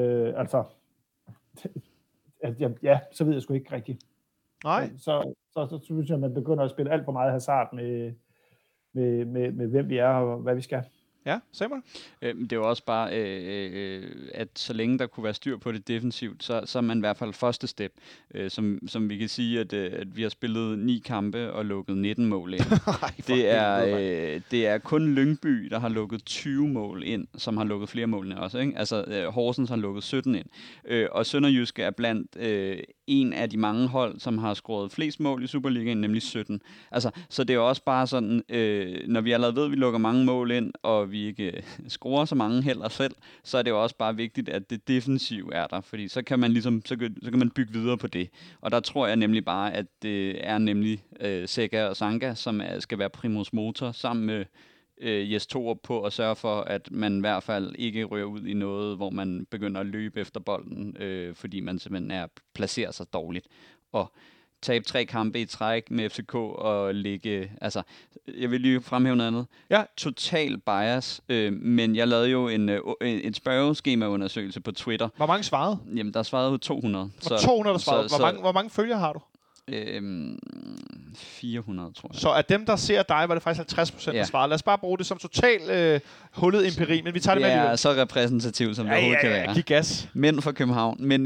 så ved jeg sgu ikke rigtigt. Nej. Så synes jeg, at man begynder at spille alt for meget hasard med hvem vi er og hvad vi skal. Ja, Samuel? Det er jo også bare, at så længe der kunne være styr på det defensivt, så er man i hvert fald første step. Som vi kan sige, at vi har spillet 9 kampe og lukket 19 mål ind. Det er kun Lyngby, der har lukket 20 mål ind, som har lukket flere mål ind også. Ikke? Altså Horsens har lukket 17 ind. Og Sønderjyske er blandt en af de mange hold, som har scoret flest mål i Superligaen, nemlig 17. Altså, så det er også bare sådan, når vi allerede ved, at vi lukker mange mål ind, og vi ikke scorer så mange heller selv, så er det jo også bare vigtigt, at det defensive er der, fordi så kan man ligesom, så kan man bygge videre på det. Og der tror jeg nemlig bare, at det er nemlig Zeca og Sanka, som skal være primus motor, sammen med Jes Torup på at sørge for, at man i hvert fald ikke rører ud i noget, hvor man begynder at løbe efter bolden, fordi man simpelthen placerer sig dårligt. Og tabe 3 kampe i træk med FCK og ligge... Altså, jeg vil lige fremhæve noget andet. Ja. Total bias, men jeg lavede jo et spørgeskemaundersøgelse på Twitter. Hvor mange svarede? Jamen, der svarede jo 200. 200, der svarede. Hvor mange følgere har du? 400, tror jeg. Så af dem, der ser dig, var det faktisk 50%, der svarede. Lad os bare bruge det som totalt hullet empiri, men vi tager det med alligevel. Ja, så repræsentativt, som det overhovedet kan være. Giv gas. Mænd fra København. Men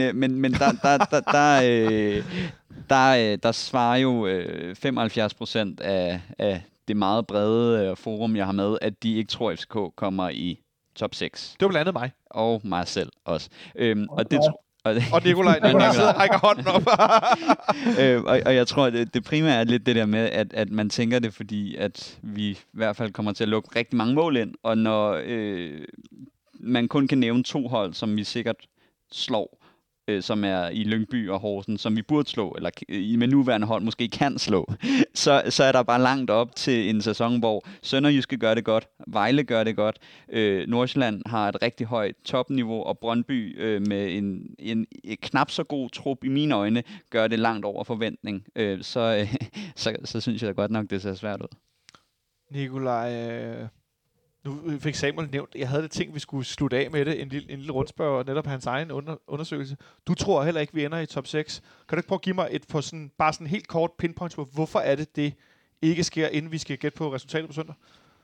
der svarer jo 75% af det meget brede forum, jeg har med, at de ikke tror, at FCK kommer i top 6. Det var blandt andet mig. Og mig selv også. Og Nikolaj sidder og rækker hånden op. Og jeg tror, det primære er lidt det der med, at man tænker det, fordi at vi i hvert fald kommer til at lukke rigtig mange mål ind. Og når man kun kan nævne 2 hold, som vi sikkert slår, som er i Lyngby og Horsens, som vi burde slå, eller med nuværende hold måske kan slå, så er der bare langt op til en sæson, hvor Sønderjyske gør det godt, Vejle gør det godt, Nordsjælland har et rigtig højt topniveau, og Brøndby med en knap så god trup i mine øjne, gør det langt over forventning. Så synes jeg da godt nok, det ser svært ud. Nikolaj, nu fik Samuel nævnt, jeg havde det tænkt, vi skulle slutte af med det, en lille rundspørg, og netop hans egen undersøgelse. Du tror heller ikke, vi ender i top 6. Kan du ikke prøve at give mig bare sådan helt kort pinpoint på, hvorfor er det ikke sker, inden vi skal gætte på resultatet på søndag?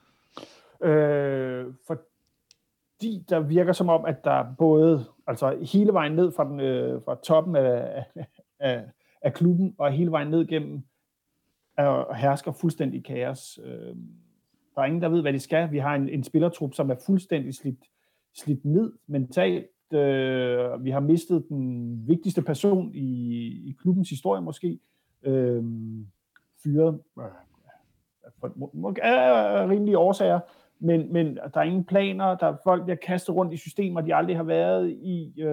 Fordi der virker som om, at der både, altså hele vejen ned fra toppen af klubben, og hele vejen ned gennem, hersker fuldstændig kaos. Der er ingen, der ved, hvad de skal. Vi har en spillertrup, som er fuldstændig slidt ned mentalt. Vi har mistet den vigtigste person i klubbens historie måske. Fyret af rimelige årsager. Men der er ingen planer. Der er folk, der kaster rundt i systemer, de aldrig har været i.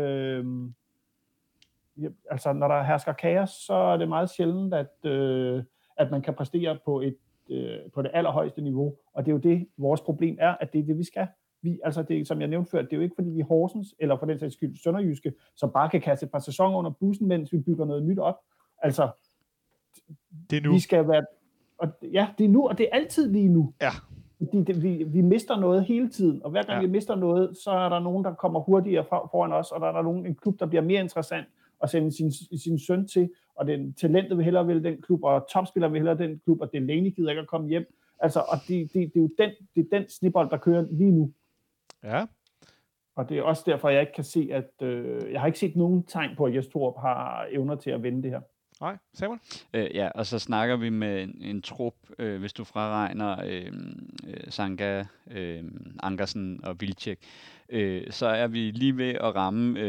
Altså, når der hersker kaos, så er det meget sjældent, at man kan præstere på det allerhøjeste niveau, og det er jo det, vores problem er, at det er det, vi skal. Det, som jeg nævnte før, det er jo ikke, fordi vi er Horsens, eller for den sags skyld Sønderjyske, som bare kan kaste et par sæsoner under bussen, mens vi bygger noget nyt op. Altså, det er nu. Vi skal være, det er nu, og det er altid lige nu. Ja. Fordi vi mister noget hele tiden, og hver gang vi mister noget, så er der nogen, der kommer hurtigere foran os, og der er en klub, der bliver mere interessant at sende sin søn til, og den talentet vil hellere vælge den klub, og topspiller vil hellere den klub, og Delaney gider ikke at komme hjem. Altså, og det er jo den snibbold, der kører lige nu. Ja. Og det er også derfor, jeg ikke kan se, at jeg har ikke set nogen tegn på, at Jes Torup har evner til at vinde det her. Nej, Samuel? Ja, og så snakker vi med en trup, hvis du fraregner Sanka, Ankersen og Vilcek, så er vi lige ved at ramme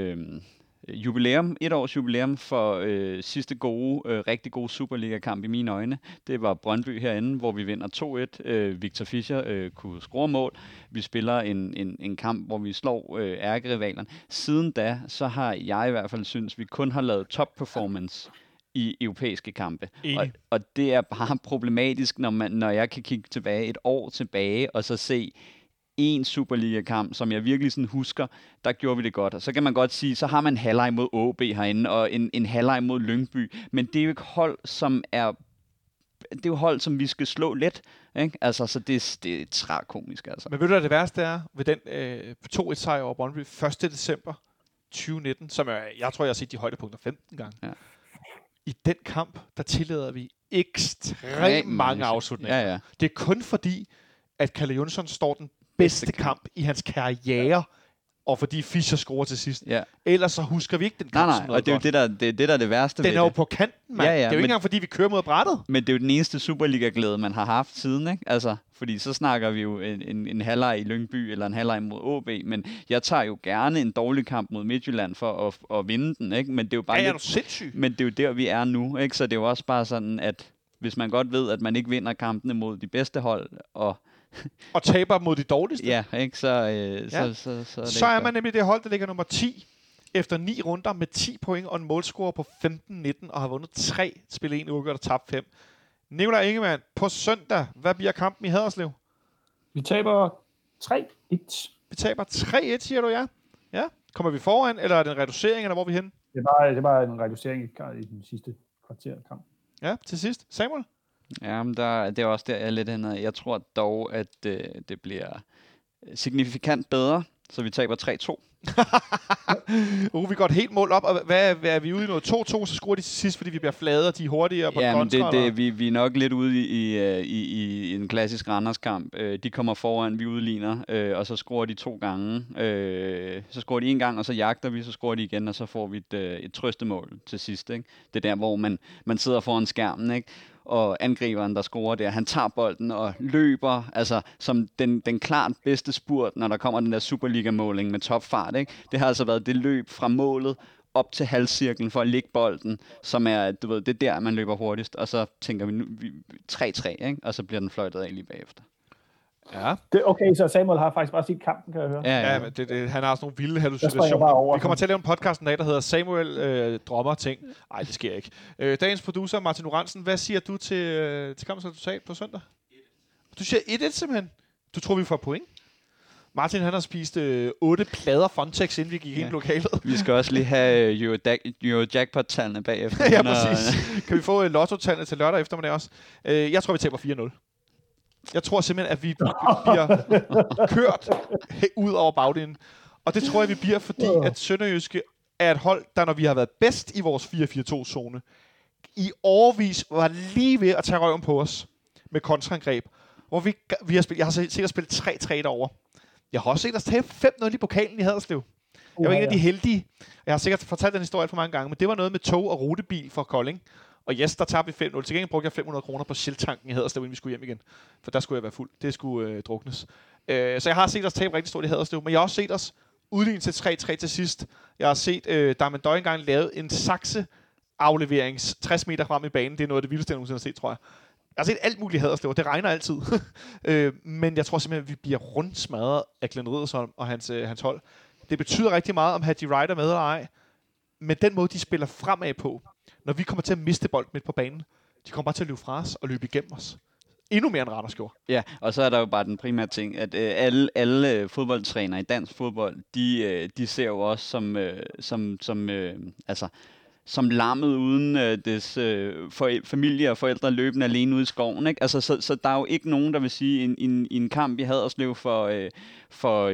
et års jubilæum for sidste rigtig gode Superliga-kamp i mine øjne. Det var Brøndby herinde, hvor vi vinder 2-1. Victor Fischer kunne score mål. Vi spiller en kamp, hvor vi slår ærkerivalerne. Siden da, så har jeg i hvert fald synes, vi kun har lavet top-performance i europæiske kampe. Og det er bare problematisk, når jeg kan kigge et år tilbage, og så se en Superliga-kamp, som jeg virkelig sådan husker, der gjorde vi det godt. Og så kan man godt sige, så har man halvleg mod AaB herinde, og en halvleg mod Lyngby, men det er jo ikke hold, som er... Det er jo hold, som vi skal slå let, ikke? Altså, så det er tragikomisk, altså. Men ved du, hvad det værste er ved den 2-1-sejr over Brøndby 1. december 2019, som jeg tror, jeg har set de højdepunkter 15 gange. Ja. I den kamp, der tillader vi ekstremt mange afslutninger. Ja, ja. Det er kun fordi, at Kalle Jonsson står den bedste kamp i hans karriere, og fordi Fischer scorer til sidst. Ja. Ellers så husker vi ikke den kamp. Nej, og det er jo det, der er det værste den ved er jo det. på kanten, mand. Ja, det er jo ikke engang, fordi vi kører mod brættet. Men det er jo den eneste Superliga-glæde, man har haft siden, ikke? Altså, fordi så snakker vi jo en halvleg i Lyngby, eller en halvleg mod AaB, men jeg tager jo gerne en dårlig kamp mod Midtjylland for at vinde den, ikke? Men det er jo bare er du sindssyg? Men det er jo der, vi er nu, ikke? Så det er jo også bare sådan, at hvis man godt ved, at man ikke vinder kampene mod de bedste hold, og taber mod de dårligste. Ja, ikke? Så er man nemlig det hold, der ligger nummer 10 efter 9 runder med 10 point og en målscore på 15-19 og har vundet 3, spillet 1 uafgjort og tabt 5. Nikolaj Ingemann, på søndag, hvad bliver kampen i Haderslev? Vi taber 3-1. Vi taber 3-1, siger du, ja? Ja. Kommer vi foran, eller er det en reducering, eller hvor er vi henne? Det var en reducering i den sidste kvarter kamp. Ja, til sidst. Samuel? Ja, men det er også der, jeg er lidt henne. Jeg tror dog, at det bliver signifikant bedre, så vi taber 3-2. Vi går et helt mål op, og hvad er vi ude i noget? 2-2, så scorer de til sidst, fordi vi bliver flade, og de er hurtigere på kontra? Vi er nok lidt ude i en klassisk Randers-kamp. De kommer foran, vi udligner, og så scorer de 2 gange. Så scorer de 1 gang, og så jagter vi, så scorer de igen, og så får vi et trøstemål til sidst. Ikke? Det er der, hvor man sidder foran skærmen, ikke? Og angriberen, der scorer der, han tager bolden og løber, altså som den klart bedste spurt, når der kommer den der Superliga-måling med topfart, ikke? Det har altså været det løb fra målet op til halvcirklen for at lægge bolden, som er, du ved, det er der, man løber hurtigst, og så tænker vi nu 3-3, ikke? Og så bliver den fløjtet af lige bagefter. Ja. Okay, så Samuel har faktisk bare set kampen, kan jeg høre. Ja, men han har sådan nogle vilde hallucinationer. Vi kommer til at lave en podcast en dag, der hedder Samuel drømmer ting. Nej, det sker ikke. Dagens producer, Martin Oransen, hvad siger du til kampens resultat på søndag? 1-1. Du siger 1-1 simpelthen? Du tror, vi får point? Martin, han har spist 8 plader Fontex, inden vi gik ind i lokalet. Vi skal også lige have Eurojackpot-tallene bagefter. Ja, præcis. Kan vi få lotto-tallene til lørdag eftermiddag også? Jeg tror, vi taber 4-0. Jeg tror simpelthen, at vi bliver kørt ud over bagdelen. Og det tror jeg, vi bliver, fordi at Sønderjyske er et hold, der når vi har været bedst i vores 4-4-2-zone, i årevis var lige ved at tage røven på os med kontraangreb. Hvor jeg har set os spille 3-3 derovre. Jeg har også set os tabe 5-0 i pokalen i Haderslev. Jeg var en af de heldige. Jeg har sikkert fortalt den historie for mange gange, men det var noget med tog og rutebil for Kolding. Og yes, der tabte vi 5-0. Til gengæld brugte jeg 500 kroner på Shell-tanken i Haderslev, inden vi skulle hjem igen. For der skulle jeg være fuld. Det skulle druknes. Så jeg har set os tabe rigtig stort i Haderslev, men jeg har også set os udligne til 3-3 til sidst. Jeg har set Darmen Døj engang lavet en sakse-afleverings 60 meter frem i banen. Det er noget af det vildeste, jeg nogensinde har set, tror jeg. Jeg har set alt muligt i Haderslev, det regner altid. Men jeg tror simpelthen, at vi bliver rundt smadret af Glenn Riddersholm og hans hold. Det betyder rigtig meget, om Hadji Ryder med eller ej. Men den måde, de spiller fremad på, når vi kommer til at miste bold midt på banen, de kommer bare til at løbe fra os og løbe igennem os. Endnu mere end Randers gjorde. Ja, og så er der jo bare den primære ting, at alle fodboldtrænere i dansk fodbold, de ser jo også som lammet uden des familie og forældre løbende alene ude i skoven, ikke? Altså, så der er jo ikke nogen, der vil sige, i en kamp i Haderslev for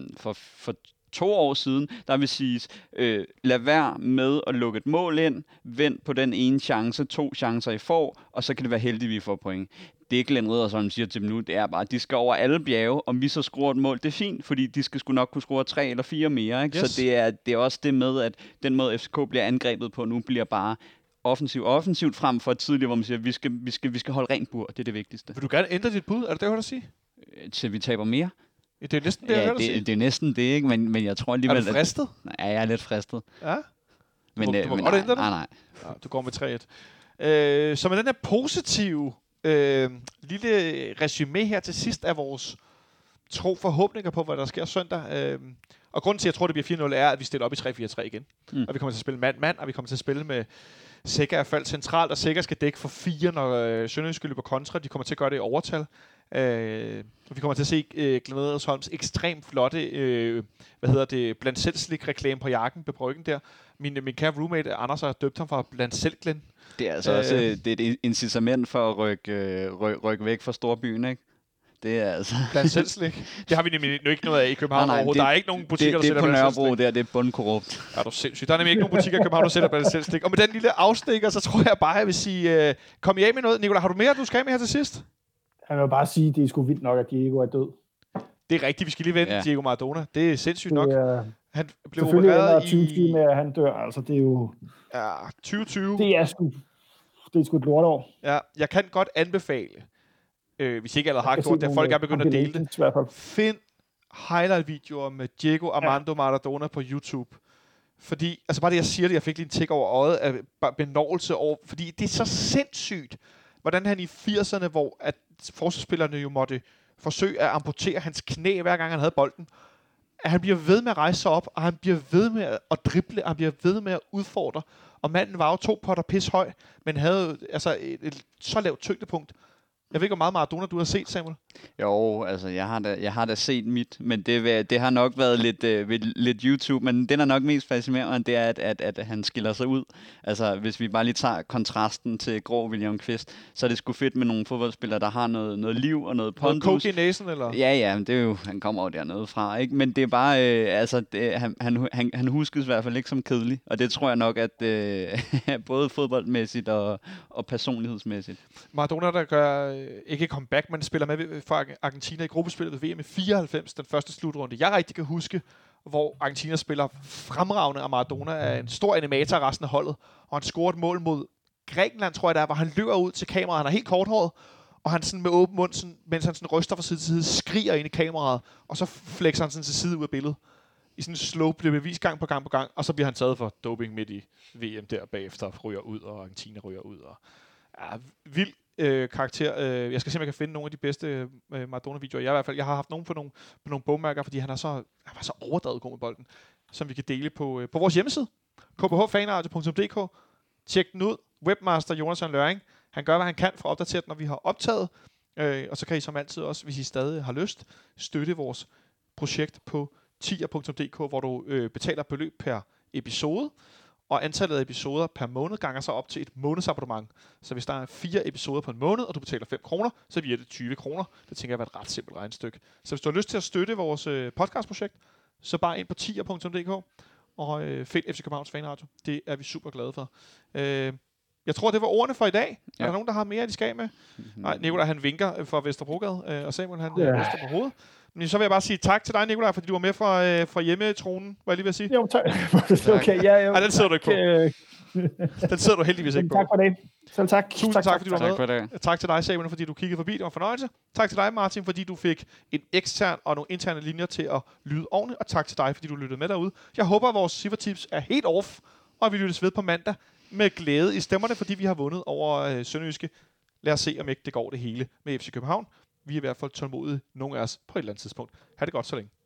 2 år siden, der vil sige, lad være med at lukke et mål ind, vent på den ene chance, 2 chancer I får, og så kan det være heldigt, vi får point. Det Glenn Riddersholm siger til dem nu, det er bare, at de skal over alle bjerge, om vi så scorer et mål, det er fint, fordi de skal sgu nok kunne score 3 eller 4 mere, ikke? Yes. Så det er også det med, at den måde FCK bliver angrebet på nu, bliver bare offensivt frem for tidligere, hvor man siger, vi skal holde rent bur, det er det vigtigste. Vil du gerne ændre dit bud? Er det det, du vil sige? Til vi taber mere? Det er næsten det, jeg vil sige. Det er næsten det, ikke? Men jeg tror alligevel... Er du fristet? Ja, jeg er lidt fristet. Ja? Men, du må godt ændre det? Nej. Ja, du går med 3-1. Så med den her positive lille resume her til sidst af vores forhåbninger på, hvad der sker søndag. Og grunden til, at jeg tror, det bliver 4-0, er, at vi stiller op i 3-4-3 igen. Og vi kommer til at spille mand-mand, og vi kommer til at spille med Sækker er faldt centralt, og Sækker skal dække for 4, når Sønderjyske løber kontra. De kommer til at gøre det i overtal. Vi kommer til at se Glenn Riddersholms ekstremt flotte blandt selv slik reklame på jakken på bryggen der. Min kære roommate Anders har døbt ham for blandt selv Glenn. Det er altså også det er et incitament for at rykke væk fra storbyen, ikke? Det er altså... Blandt selv slik. Det har vi nemlig ikke noget af i København overhovedet. Der er ikke nogen butikker, der sælger blandt selv slik. Det er på Nørrebro, det er bundkorrupt. Er du sindssygt. Der er nemlig ikke nogen butikker i København, der sælger blandt selv slik. Og med den lille afstikker, så tror jeg bare, jeg vil sige... kom I af med noget? Nicolai, har du mere, du skal med her til sidst? Jeg vil bare sige, at det er sgu vildt nok, at Diego er død. Det er rigtigt, vi skal lige vente Diego Maradona. Det er sindssygt nok. Han blev selvfølgelig opereret i... 2020 med, at han dør. Altså, det er jo... Ja, 2020. Det er sgu et lortår. Ja, jeg kan godt anbefale, hvis ikke allerede har gjort det, folk er begyndt at dele det. Find highlight-videoer med Diego Armando Maradona på YouTube. Fordi, altså bare det, jeg siger det, jeg fik lige en tik over øjet af benovelse over, fordi det er så sindssygt, hvordan han i 80'erne, hvor at forsvarsspillerne jo måtte forsøge at amputere hans knæ, hver gang han havde bolden, at han bliver ved med at rejse sig op, og han bliver ved med at drible, og han bliver ved med at udfordre. Og manden var jo 2 potter pis høj, men havde altså et så lavt tyngdepunkt. Jeg ved ikke, hvor meget Maradona du har set, Samuel? Jo, altså jeg har da set mit, men det har nok været lidt YouTube, men den er nok mest fascinerende, det er, at han skiller sig ud. Altså, hvis vi bare lige tager kontrasten til grå William Kvist, så er det sgu fedt med nogle fodboldspillere, der har noget liv og noget pondus. Noget coke i næsen, eller? Ja, det er jo, han kommer jo dernede fra, ikke? Men det er bare, han huskes i hvert fald ikke som kedelig, og det tror jeg nok, at både fodboldmæssigt og personlighedsmæssigt. Maradona, der gør ikke comeback, men spiller med for Argentina i gruppespillet ved VM i 94, den første slutrunde. Jeg rigtig kan huske, hvor Argentina spiller fremragende, og Maradona er en stor animator af resten af holdet, og han scorer et mål mod Grækenland, tror jeg det er, hvor han løber ud til kameraet, han er helt korthåret, og han sådan med åben mund, sådan, mens han sådan ryster fra side til side, skriger ind i kameraet, og så flexer han sådan til side ud af billedet. i sådan en slow bliver bevist gang på gang, og så bliver han taget for doping midt i VM der bagefter, ryger ud, og Argentina ryger ud. Og, ja, vild karakter. Jeg skal simpelthen finde nogle af de bedste Maradona-videoer. Jeg har haft nogle på nogle bogmærker, fordi han var så overdrevet god med bolden, som vi kan dele på vores hjemmeside, kbhfanradio.dk. Tjek den ud. Webmaster Jonathan Løring. Han gør, hvad han kan for at opdatere den, når vi har optaget. Og så kan I som altid også, hvis I stadig har lyst, støtte vores projekt på tier.dk, hvor du betaler beløb per episode, og antallet af episoder per måned ganger så op til et månedsabonnement. Så hvis der er 4 episoder på en måned, og du betaler 5 kroner, så bliver det 20 kroner. Det tænker jeg er et ret simpelt regnestykke. Så hvis du har lyst til at støtte vores podcastprojekt, så bare ind på tier.dk og find FC Københavns Fanradio. Det er vi super glade for. Jeg tror, det var ordene for i dag. Ja. Er der nogen, der har mere, de skal med? Nej, Nikolaj han vinker fra Vesterbrogade, og Samuel han ryster på hovedet. Men så vil jeg bare sige tak til dig, Nikolaj, fordi du var med fra hjemmetronen, var jeg lige ved at sige. Jo, tak. Okay, ja, den sidder du ikke på. Den sidder du heldigvis ikke på. Tak for det. Selv tak. Tusind tak fordi du var med. Det. Tak til dig, Samuel, fordi du kiggede forbi. Det var en fornøjelse. Tak til dig, Martin, fordi du fik en ekstern og nogle interne linjer til at lyde ordentligt. Og tak til dig, fordi du lyttede med derude. Jeg håber, at vores Ciffer-tips er helt off, og vi lyttes ved på mandag med glæde i stemmerne, fordi vi har vundet over Sønderjyske. Lad os se, om ikke det går det hele med FC København. Vi er i hvert fald tålmodige, nogle af os, på et eller andet tidspunkt. Ha' det godt så længe.